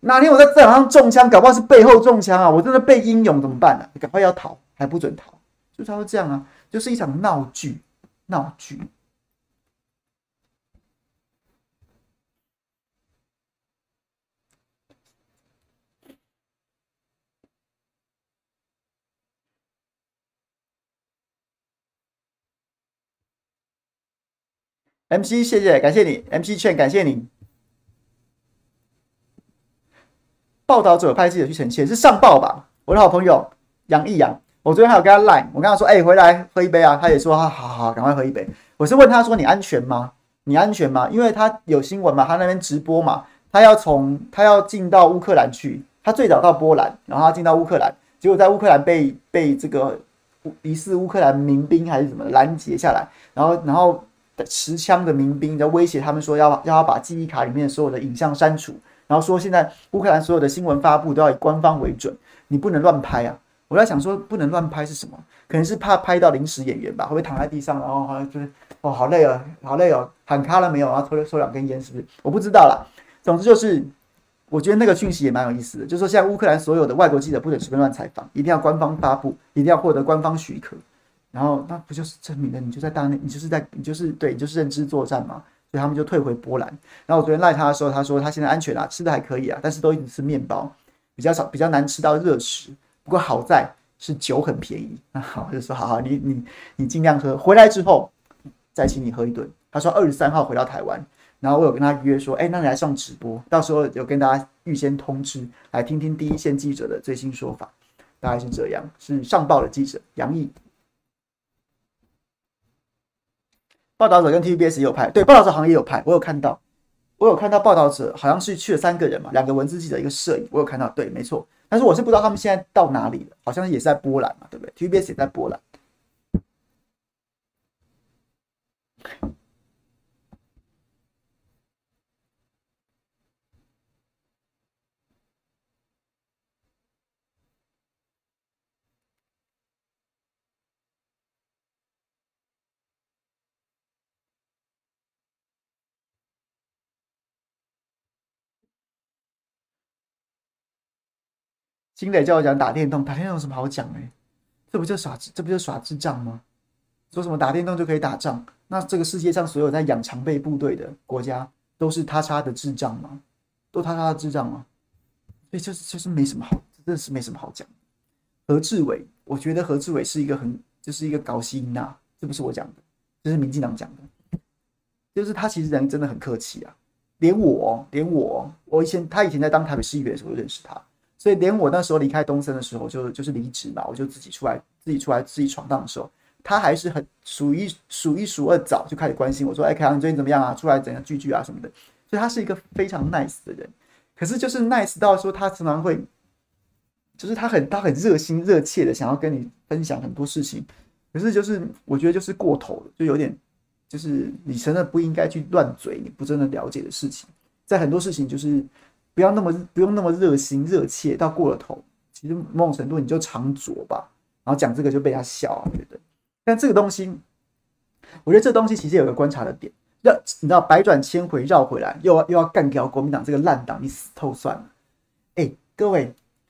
哪天我在战场上中枪，搞不好是背后中枪啊！我真的被英勇怎么办呢、啊？赶快要逃，还不准逃，就差不多这样啊，就是一场闹剧，闹剧。M C 谢谢，感谢你 ，M C 劝感谢你。报道者派记者去澄清，是上报吧？我的好朋友杨毅阳，我昨天还有跟他 line， 我跟他说，哎、欸，回来喝一杯啊，他也说，好好好，赶快喝一杯。我是问他说，你安全吗？你安全吗？因为他有新闻嘛，他那边直播嘛，他要从他要进到乌克兰去，他最早到波兰，然后他进到乌克兰，结果在乌克兰被被这个疑似乌克兰民兵还是什么拦截下来，然后然后持枪的民兵在威胁他们说要要他把记忆卡里面所有的影像删除。然后说现在乌克兰所有的新闻发布都要以官方为准，你不能乱拍啊！我在想说不能乱拍是什么？可能是怕拍到临时演员吧，会不会躺在地上，然后好像就是哦好累哦，好累哦，喊卡了没有？然后抽抽两根烟是不是？我不知道啦。总之就是，我觉得那个讯息也蛮有意思的，就是说现在乌克兰所有的外国记者不准随便乱采访，一定要官方发布，一定要获得官方许可。然后那不就是证明了你就在大内，你就是在你就是对，你就是认知作战嘛。所以他们就退回波兰。然后我昨天赖他的时候，他说他现在安全啊，吃的还可以啊，但是都一直吃面包，比较少，比较难吃到热食。不过好在是酒很便宜。好，我就说好好，你你你尽量喝，回来之后再请你喝一顿。他说二十三号回到台湾，然后我有跟他约说，哎，那你来上直播，到时候有跟大家预先通知，来听听第一线记者的最新说法，大概是这样。是上报的记者杨毅。报道者跟 T V B S 也有派，对，报道者好像也有派，我有看到，我有看到报道者好像是去了三个人嘛，两个文字记者，一个摄影，我有看到，对，没错。但是我是不知道他们现在到哪里了，好像也是在波兰嘛，对不对 ？T V B S 也在波兰。新磊叫我讲打电动，打电动有什么好讲的、欸？这不就耍这不就耍智障吗？说什么打电动就可以打仗？那这个世界上所有在养常备部队的国家都是他叉的智障吗？都他叉的智障吗？所以就是就是没什么好，真的是没什么好讲。何志伟，我觉得何志伟是一个很就是一个搞西娜，这不是我讲的，这是民进党讲的。就是他其实人真的很客气啊，连我连我我以前他以前在当台北市议员的时候就认识他。所以连我那时候离开东森的时候就，就就是离职嘛，我就自己出来，自己出来自己闯荡的时候，他还是很数一数一数二早就开始关心我说：“哎，凯阳你最近怎么样啊？出来怎样聚聚啊什么的。”所以他是一个非常 nice 的人。可是就是 nice 到说他常常会，就是他很他很热心热切的想要跟你分享很多事情，可是就是我觉得就是过头了，就有点就是你真的不应该去乱嘴你不真的了解的事情，在很多事情就是。不要那么不用那么热心热切到过了头，其实某种程度你就常酌吧，然后讲这个就被他笑啊，我觉得。但这个东西，我觉得这东西其实有个观察的点，要你知道百转千回绕回来，又要又要干掉国民党这个烂党，你死透算了。哎，各位，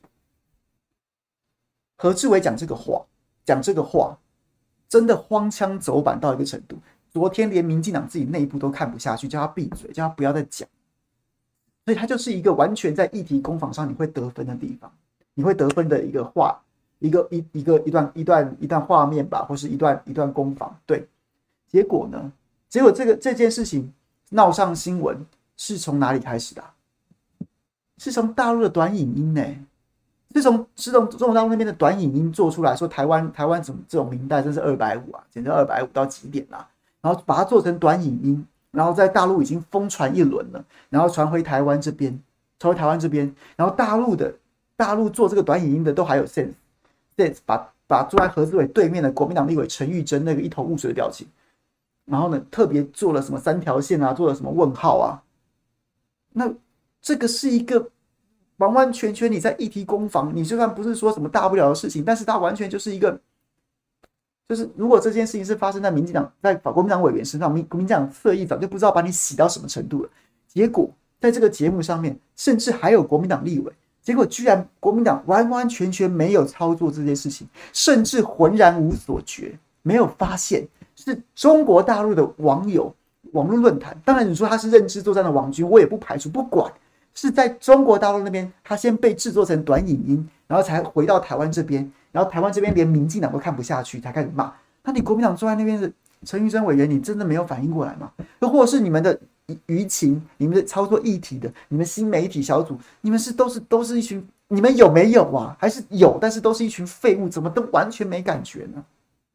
何志伟讲这个话，讲这个话，真的荒腔走板到一个程度。昨天连民进党自己内部都看不下去，叫他闭嘴，叫他不要再讲。所以它就是一个完全在议题攻防上你会得分的地方，你会得分的一个画，一个一一个一段一段一段画面吧，或是一段一段攻防。对，结果呢？结果这个这件事情闹上新闻是从哪里开始的、啊？是从大陆的短影音呢、欸？是从是从中国大陆那边的短影音做出来说台湾台湾怎么这种明代真是二百五啊，简直二百五到极点啦、啊！然后把它做成短影音。然后在大陆已经疯传一轮了，然后传回台湾这边，传回台湾这边，然后大陆的大陆做这个短影音的都还有 sense， sense 把把坐在何志伟对面的国民党立委陈玉珍那个一头雾水的表情，然后呢特别做了什么三条线啊，做了什么问号啊，那这个是一个完完全全你在议题攻防，你就算不是说什么大不了的事情，但是它完全就是一个。就是如果这件事情是发生在民进党在国民党委员身上，民国民党侧翼早就不知道把你洗到什么程度了。结果在这个节目上面，甚至还有国民党立委，结果居然国民党完完全全没有操作这件事情，甚至浑然无所觉，没有发现是中国大陆的网友网络论坛。当然你说他是认知作战的网军，我也不排除，不管是在中国大陆那边，他先被制作成短影音，然后才回到台湾这边，然后台湾这边连民进党都看不下去，才开始骂。那你国民党坐在那边的陈玉珍委员，你真的没有反应过来吗？又或者是你们的舆情，你们的操作议题的，你们新媒体小组，你们是都是都是一群，你们有没有啊？还是有，但是都是一群废物，怎么都完全没感觉呢？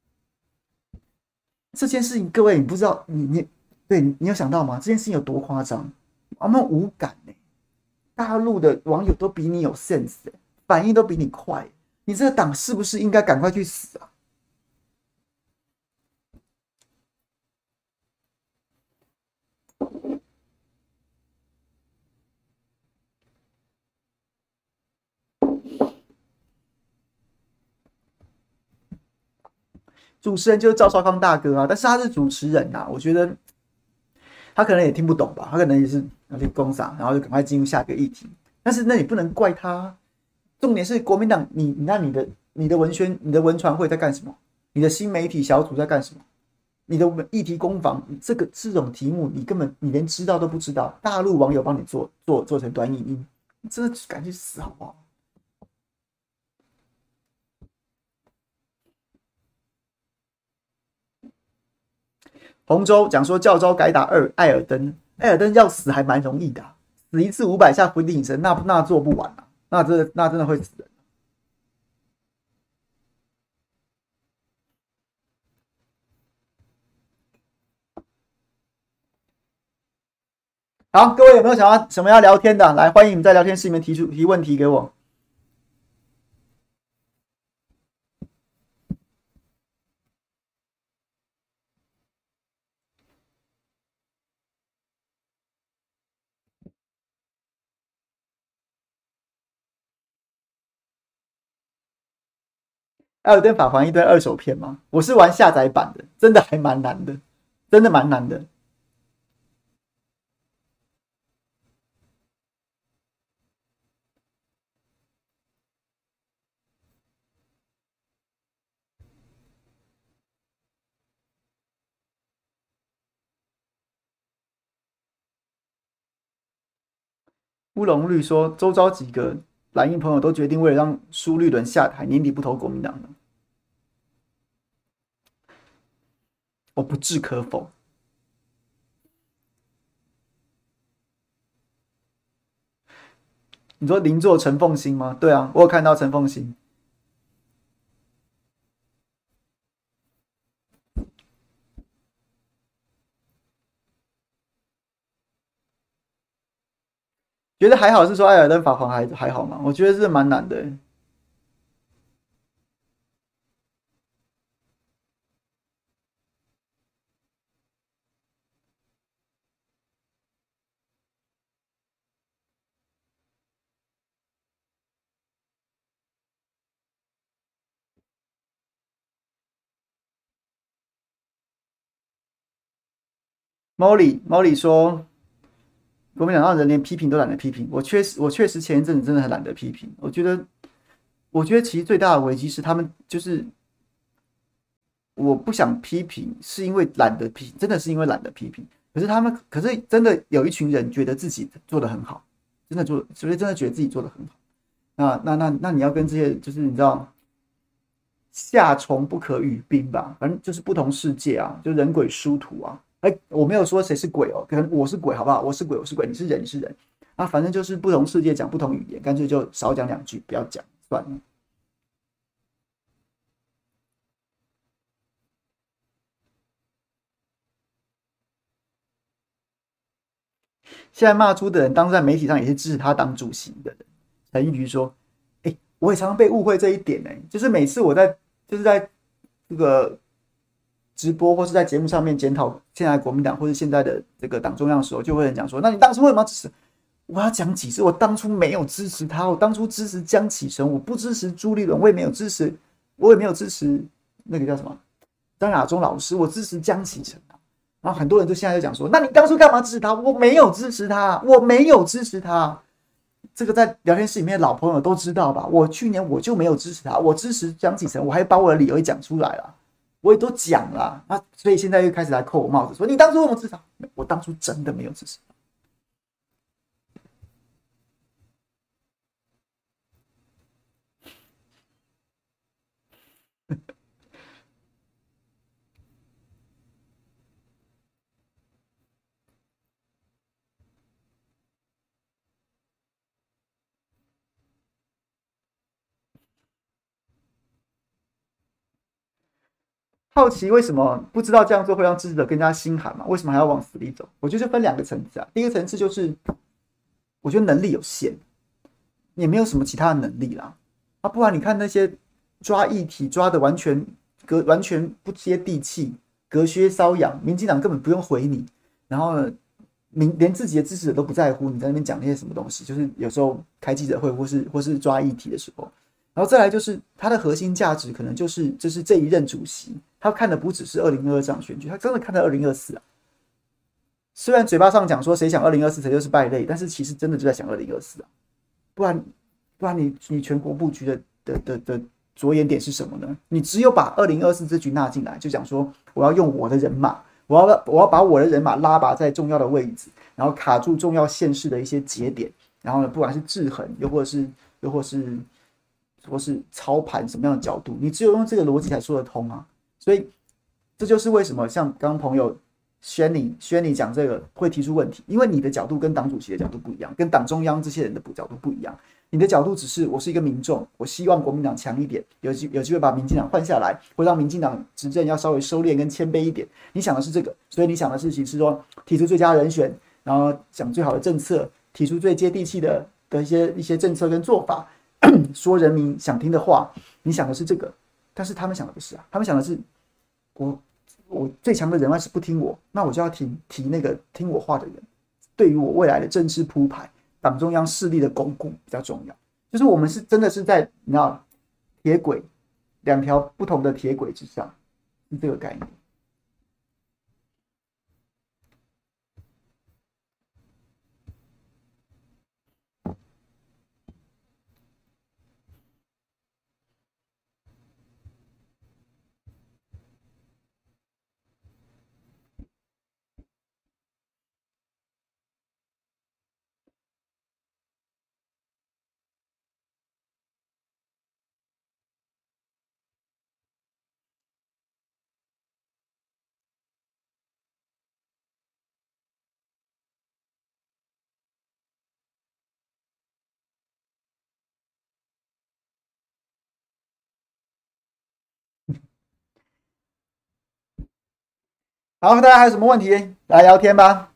这件事情，各位你不知道，你你对你有想到吗？这件事情有多夸张？他们无感呢、欸，大陆的网友都比你有 sense，、欸、反应都比你快、欸，你这个党是不是应该赶快去死啊？主持人就是赵少康大哥啊，但是他是主持人啊，我觉得他可能也听不懂吧，他可能也是有点公傻，然后就赶快进入下一个议题。但是那你不能怪他，重点是国民党，你那你的你的文宣、你的文传会在干什么？你的新媒体小组在干什么？你的议题攻防，这个这种题目你根本你连知道都不知道，大陆网友帮你做做做成短影音，真的赶紧死好不好？洪州讲说教招改打二艾尔登，艾尔登要死还蛮容易的、啊，死一次五百下伏地挺身，那那做不完啊，那真的那真的会死人。好，各位有没有想要什么要聊天的？来，欢迎你们在聊天室里面提出提问题给我。艾尔登法环一堆二手片吗？我是玩下载版的，真的还蛮难的，真的蛮难的。乌龙绿说，周遭几个蓝营朋友都决定为了让苏绿伦下台，年底不投国民党了。我不置可否。你说邻座陈凤新吗？对啊，我有看到陈凤新。觉得还好是说艾尔登法环还还好吗？我觉得是蛮难的、欸。Molly Molly 说，国民党让人连批评都懒得批评。我确实，我确实前一阵子真的很懒得批评。我觉得，我觉得其实最大的危机是他们就是我不想批评，是因为懒得批，真的是因为懒得批评。可是他们，可是真的有一群人觉得自己做的很好，真的做，所以真的觉得自己做的很好。那那那那你要跟这些就是你知道，夏虫不可语冰吧，反正就是不同世界啊，就人鬼殊途啊。哎，我没有说谁是鬼哦，可能我是鬼，好不好？我是鬼，我是鬼，你是人，你是人啊，反正就是不同世界讲不同语言，干脆就少讲两句，不要讲算了。现在骂猪的人，当在媒体上也是支持他当主席的人。陈瑜说：“哎、欸，我也常常被误会这一点呢、欸，就是每次我在就是在这个直播或是在节目上面检讨现在国民党或是现在的这个党中央的时候，就会有人讲说：那你当初为什么要支持？我要讲几次，我当初没有支持他，我当初支持江启臣，我不支持朱立伦，我也没有支持，我也没有支持那个叫什么张亚中老师，我支持江启臣啊。 然后很多人就现在就讲说，那你当初干嘛支持他？我没有支持他，我没有支持他。这个在聊天室里面的老朋友都知道吧？我去年我就没有支持他，我支持江启臣，我还把我的理由也讲出来了，我也都讲了啊。所以现在又开始来扣我帽子，说你当初为什么支持他？我当初真的没有支持他。好奇为什么不知道这样做会让支持者更加心寒嘛？为什么还要往死里走？我觉得就分两个层次啊。第一个层次就是，我觉得能力有限，也没有什么其他的能力啦。啊，不然你看那些抓议题抓的完全隔完全不接地气，隔靴搔痒，民进党根本不用回你，然后呢，民连自己的支持者都不在乎你在那边讲那些什么东西，就是有时候开记者会或是或是抓议题的时候。然后再来就是它的核心价值，可能就是就是这一任主席，他看的不只是二零二二这场选举，他真的看到二零二四啊。虽然嘴巴上讲说谁想二零二四谁就是败类，但是其实真的就在想二零二四啊。不然不然你你全国布局的的的的着眼点是什么呢？你只有把二零二四这局纳进来，就讲说我要用我的人马，我要我要把我的人马拉拔在重要的位置，然后卡住重要县市的一些节点，然后呢，不管是制衡，又或者是又或是。或是操盘什么样的角度，你只有用这个逻辑才说得通啊。所以这就是为什么像刚刚朋友宣你宣你讲这个会提出问题，因为你的角度跟党主席的角度不一样，跟党中央这些人的角度不一样。你的角度只是我是一个民众，我希望国民党强一点，有机有机会把民进党换下来，或让民进党执政要稍微收敛跟谦卑一点。你想的是这个，所以你想的事情是说提出最佳人选，然后讲最好的政策，提出最接地气的的一些一些政策跟做法。说人民想听的话，你想的是这个，但是他们想的不是啊，他们想的是我我最强的人要是不听我，那我就要提提那个听我话的人，对于我未来的政治铺排、党中央势力的巩固比较重要。就是我们是真的是在你知道铁轨两条不同的铁轨之上，是这个概念。好，大家还有什么问题来聊天吧？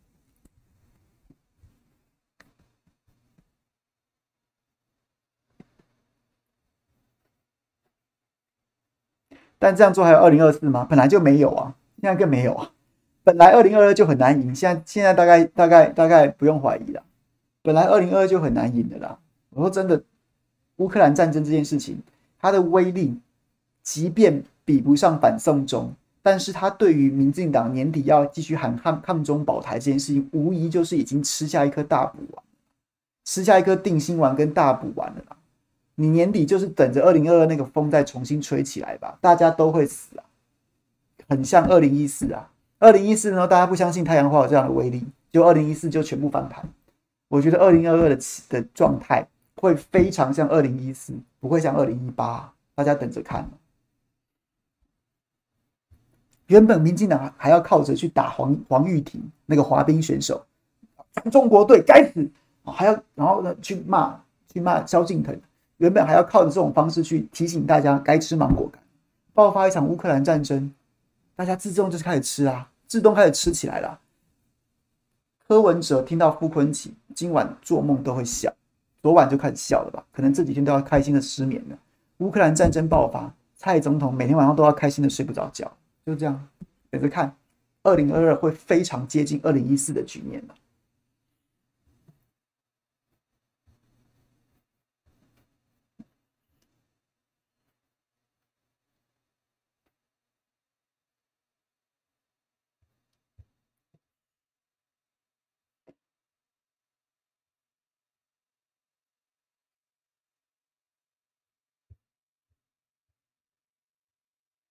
但这样做还有二零二四吗？本来就没有啊，现在更没有啊。本来二零二二就很难赢，现在现在大概大概大概不用怀疑了。本来二零二二就很难赢的啦。我说真的，乌克兰战争这件事情，它的威力即便比不上反送中，但是它对于民进党年底要继续喊抗抗中保台这件事情，无疑就是已经吃下一颗大补丸，吃下一颗定心丸跟大补丸了啦。你年底就是等着二零二二那个风再重新吹起来吧，大家都会死啊，很像二零一四啊。二零一四呢，大家不相信太阳花有这样的威力，就二零一四就全部翻盘。我觉得二零二二的的状态会非常像二零一四，不会像二零一八，大家等着看。原本民进党还要靠着去打黄黄玉婷那个滑冰选手，中国队该死，还要然后呢去骂去骂萧敬腾，原本还要靠着这种方式去提醒大家该吃芒果干。爆发一场乌克兰战争，大家自动就是开始吃啊，自动开始吃起来了。柯文哲听到傅昆萁，今晚做梦都会笑，昨晚就开始笑了吧？可能这几天都要开心的失眠了。乌克兰战争爆发，蔡总统每天晚上都要开心的睡不着觉，就这样，等着看，二零二二会非常接近二零一四的局面了。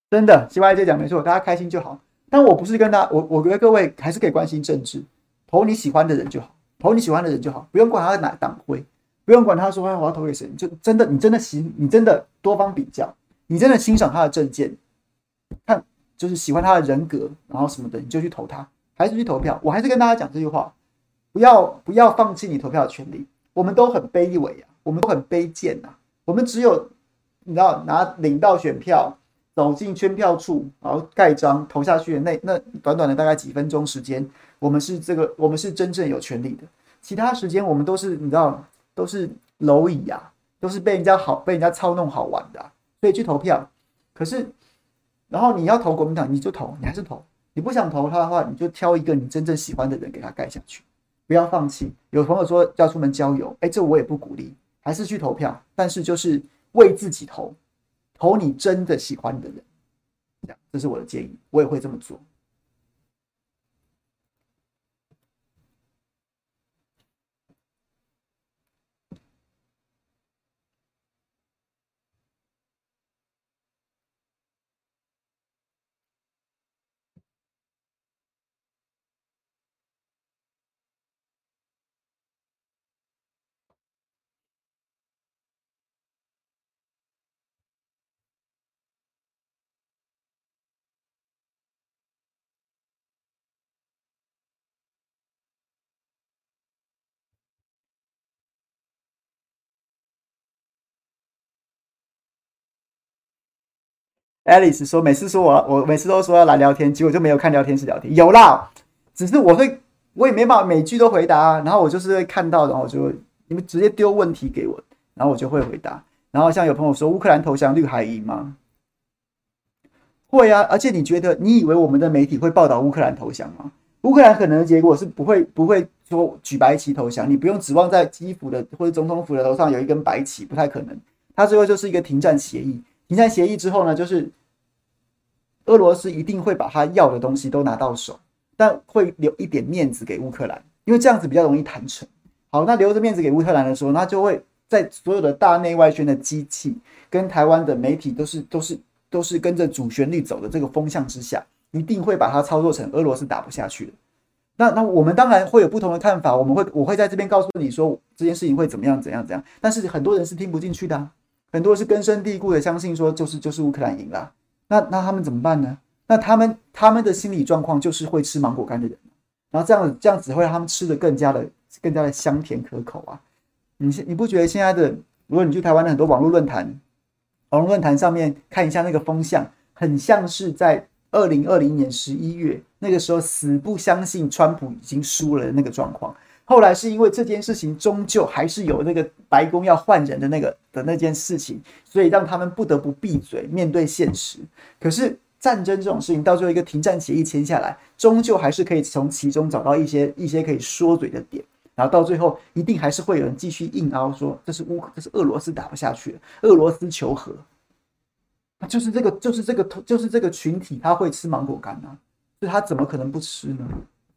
真的，西瓜姐讲没错，大家开心就好。但我不是跟他，我我觉得各位还是可以关心政治，投你喜欢的人就好，投你喜欢的人就好，不用管他哪党徽，不用管他说哎我要投给谁，你就真的你真的喜，你真的多方比较，你真的欣赏他的政见，看就是喜欢他的人格，然后什么的，你就去投他，还是去投票。我还是跟大家讲这句话，不要不要放弃你投票的权利。我们都很卑微啊，我们都很卑贱啊，我们只有你知道拿领到选票。走进圈票处，然后盖章投下去的那那短短的大概几分钟时间，我们是这个，我们是真正有权利的。其他时间我们都是你知道，都是蝼蚁啊，都是被人家好被人家操弄好玩的、啊，所以去投票。可是，然后你要投国民党，你就投，你还是投。你不想投他的话，你就挑一个你真正喜欢的人给他盖下去，不要放弃。有朋友说要出门郊游，哎，这我也不鼓励，还是去投票，但是就是为自己投。投你真的喜欢的人，这样，这是我的建议，我也会这么做。Alice 说，每次说我我每次都说要来聊天，结果就没有看聊天室聊天。有啦，只是我会我也没办法每句都回答、啊，然后我就是会看到，然后我就你们直接丢问题给我，然后我就会回答。然后像有朋友说乌克兰投降绿海赢吗？会啊，而且你觉得你以为我们的媒体会报道乌克兰投降吗？乌克兰可能的结果是不会不会说举白旗投降，你不用指望在基辅的或者总统府的头上有一根白旗，不太可能。它最后就是一个停战协议，停战协议之后呢，就是俄罗斯一定会把他要的东西都拿到手，但会留一点面子给乌克兰，因为这样子比较容易谈成。好，那留着面子给乌克兰的时候，那就会在所有的大内外宣的机器跟台湾的媒体都是都是都是跟着主旋律走的这个风向之下，一定会把它操作成俄罗斯打不下去了。那那我们当然会有不同的看法，我们会我会在这边告诉你说这件事情会怎么样怎样怎样，但是很多人是听不进去的、啊，很多人是根深蒂固的相信说就是就是乌克兰赢了。那那他们怎么办呢？那他们他们的心理状况就是会吃芒果干的人，然后这样这样只会让他们吃的更加的更加的香甜可口啊！你你不觉得现在的，如果你去台湾的很多网络论坛，网络论坛上面看一下那个风向，很像是在二零二零年十一月那个时候死不相信川普已经输了的那个状况。后来是因为这件事情终究还是有那个白宫要换人的那个的那件事情，所以让他们不得不闭嘴面对现实。可是战争这种事情到最后一个停战协议签下来，终究还是可以从其中找到一些一些可以说嘴的点，然后到最后一定还是会有人继续硬凹说这是乌这是俄罗斯打不下去了，俄罗斯求和。就是这个就是这个就是这个群体他会吃芒果干啊，所以他怎么可能不吃呢？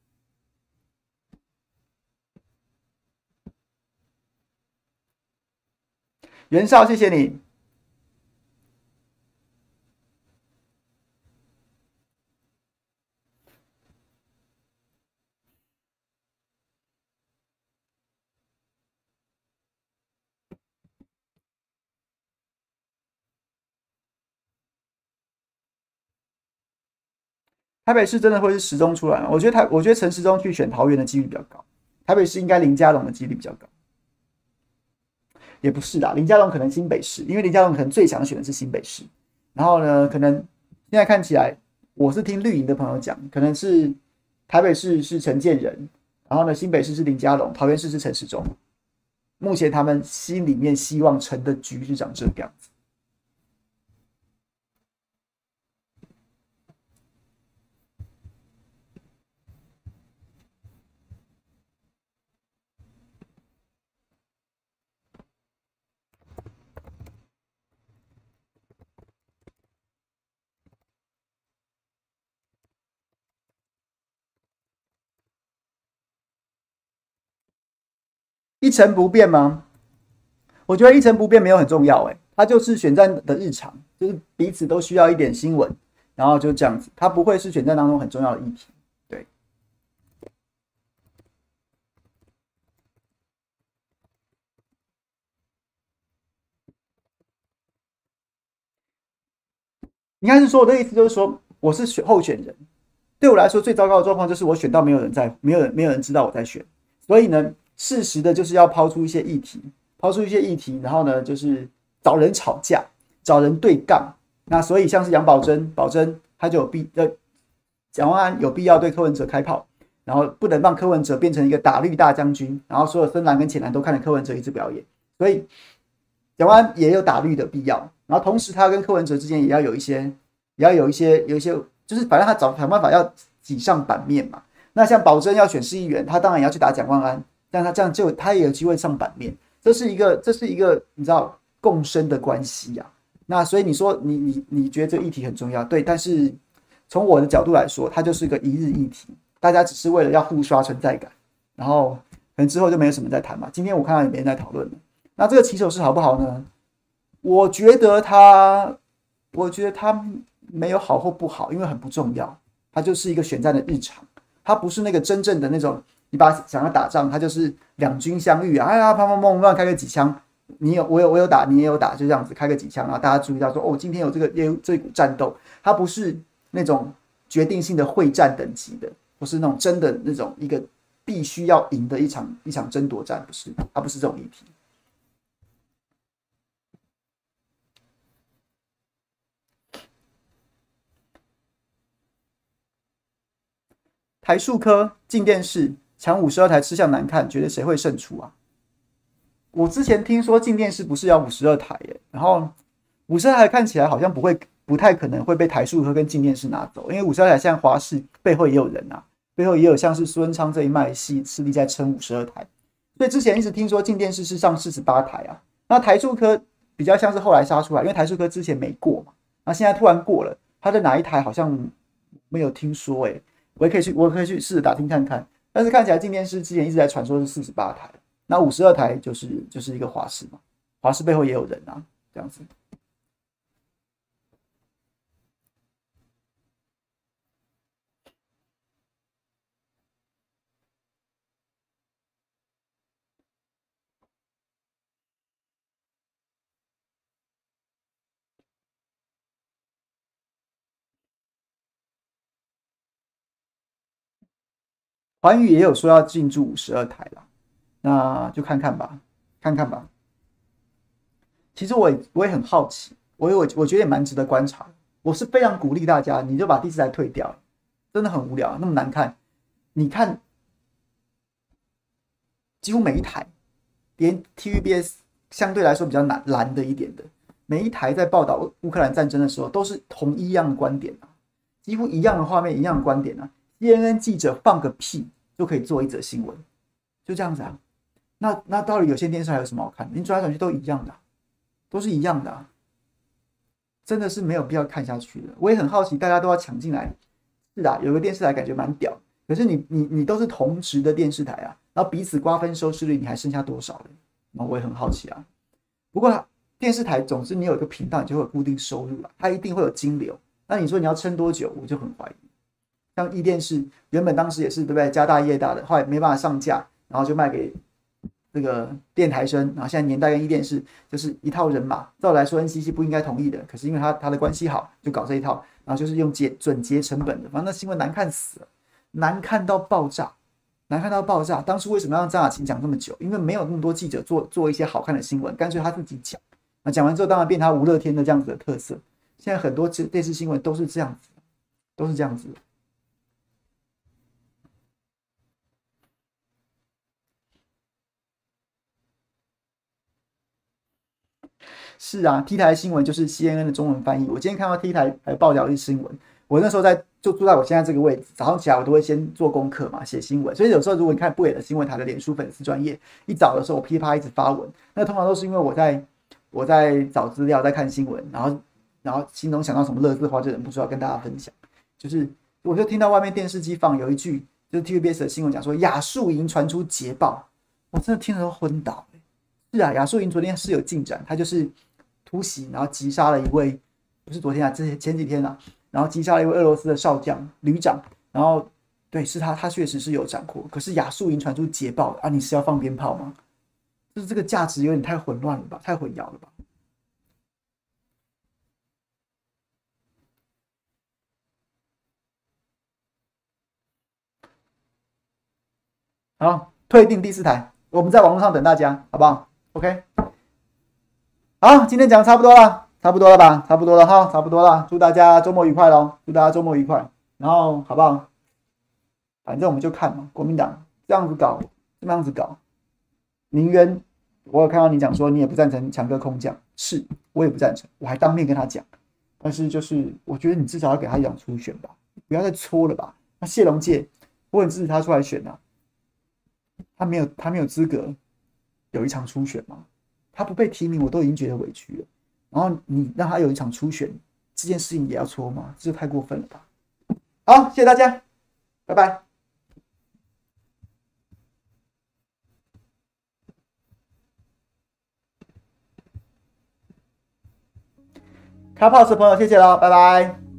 袁绍，谢谢你。台北市真的会是时钟出来吗？我觉得台，我觉得陈时中去选桃园的几率比较高，台北市应该林佳龙的几率比较高。也不是啦，林佳龙可能新北市，因为林佳龙可能最想选的是新北市。然后呢，可能现在看起来，我是听绿营的朋友讲，可能是台北市是陈建仁，然后呢，新北市是林佳龙，桃园市是陈时中。目前他们心里面希望成的局是长这个样子。一成不变吗？我觉得一成不变没有很重要、欸， 它就是选战的日常，就是彼此都需要一点新闻，然后就这样子，它不会是选战当中很重要的议题。对，应该是说我的意思就是说，我是选候选人，对我来说最糟糕的状况就是我选到没有人在，没有人没有人知道我在选，所以呢，适时的就是要抛出一些议题，抛出一些议题，然后呢，就是找人吵架，找人对杠。那所以像是杨宝珍，宝珍他就有必呃，蒋万安有必要对柯文哲开炮，然后不能让柯文哲变成一个打绿大将军，然后所有深蓝跟浅蓝都看着柯文哲一直表演，所以蒋万安也有打绿的必要。然后同时他跟柯文哲之间也要有一些，也要有一些有一些，就是反正他找想办法要挤上版面嘛。那像宝珍要选市议员，他当然也要去打蒋万安，但他这样就他也有机会上版面。这是一个这是一个你知道共生的关系呀、啊。那所以你说你你你觉得这个议题很重要，对，但是从我的角度来说，它就是个一日议题，大家只是为了要互刷存在感，然后可能之后就没有什么在谈嘛。今天我看到也没人在讨论了。那这个起手式好不好呢？我觉得他，我觉得他没有好或不好，因为很不重要，它就是一个选战的日常，它不是那个真正的那种你把它想要打仗，它就是两军相遇啊，哎呀，砰砰砰，乱开个几枪。你有我有我有打，你也有打，就这样子开个几枪，然后大家注意到说，哦，今天有这个有这股战斗，它不是那种决定性的会战等级的，不是那种真的那种一个必须要赢的一场一场争夺战，不是，它不是这种议题。台数科进电视抢五十二台吃相难看，觉得谁会胜出啊？我之前听说进电视不是要五十二台耶，然后五十二台看起来好像不会，不太可能会被台数科跟进电视拿走，因为五十二台现在华视背后也有人啊，背后也有像是苏文昌这一脉系势力在撑五十二台，所以之前一直听说进电视是上四十八台啊，那台数科比较像是后来杀出来，因为台数科之前没过嘛，那现在突然过了，他的哪一台好像没有听说哎，我也可以去，我可以去试着打听看看，但是看起来进电视之前一直在传说是四十八台。那五十二台就是就是一个华视嘛，华视背后也有人啊，这样子。环宇也有说要进驻五十二台啦，那就看看吧，看看吧。其实我也我也很好奇，我我我觉得也蛮值得观察。我是非常鼓励大家，你就把第四台退掉，真的很无聊，那么难看。你看，几乎每一台，连 T V B S 相对来说比较难蓝的一点的，每一台在报道乌克兰战争的时候，都是同一样的观点啊，几乎一样的画面，一样的观点啊。C N N 记者放个屁就可以做一则新闻，就这样子啊。那那到底有线电视还有什么好看的？你转来转去都一样的、啊，都是一样的、啊，真的是没有必要看下去了。我也很好奇，大家都要抢进来，是啊，有个电视台感觉蛮屌，可是你你你都是同值的电视台啊，然后彼此瓜分收视率，你还剩下多少呢？那我也很好奇啊。不过电视台总之你有一个频道，你就会有固定收入了，它一定会有金流。那你说你要撑多久，我就很怀疑。像易电视原本当时也是对不对，家大业大的，后来没办法上架，然后就卖给这个电台生，然后现在年代跟易电视就是一套人马。照来说 N C C 不应该同意的，可是因为他他的关系好，就搞这一套，然后就是用结准结成本的，反正那新闻难看死了，难看到爆炸，难看到爆炸。当初为什么要让张雅琴讲这么久？因为没有那么多记者做做一些好看的新闻，干脆他自己讲。那讲完之后，当然变他吴乐天的这样子的特色。现在很多电视新闻都是这样子，都是这样子的。是啊 ，T 台新闻就是 C N N 的中文翻译。我今天看到 T 台还报道一新闻，我那时候在就住在我现在这个位置，早上起来我都会先做功课嘛，写新闻。所以有时候如果你看不野的新闻台的脸书粉丝专页，一早的时候我噼啪一直发文，那通常都是因为我在我在找资料，在看新闻，然后然后心中想到什么乐字话，就忍不住要跟大家分享。就是我就听到外面电视机放有一句，就是 T V B S 的新闻讲说雅树营传出捷报，我真的听了都昏倒。是啊，雅树营昨天是有进展，他就是突袭，然后击杀了一位，不是昨天啊，之前前几天啊，然后击杀了一位俄罗斯的少将旅长，然后对，是他，他确实是有斩获，可是亚速营传出捷报啊，你是要放鞭炮吗？就是这个价值有点太混乱了吧，太混淆了吧？好，退订第四台，我们在网络上等大家，好不好 ？OK， 好，今天讲差不多了，差不多了吧？差不多了哈，差不多了。祝大家周末愉快喽！祝大家周末愉快。然后好不好？反正我们就看嘛，国民党这样子搞，这样子搞，宁愿我有看到你讲说你也不赞成强哥空降，是我也不赞成，我还当面跟他讲。但是就是我觉得你至少要给他一场初选吧，不要再搓了吧。那谢龙介，我很支持他出来选啊。他没有，他没有资格有一场初选吗？他不被提名，我都已经觉得委屈了。然后你让他有一场初选，这件事情也要搓吗？这就太过分了吧！好，谢谢大家，拜拜。开 pause 的朋友，谢谢了，拜拜。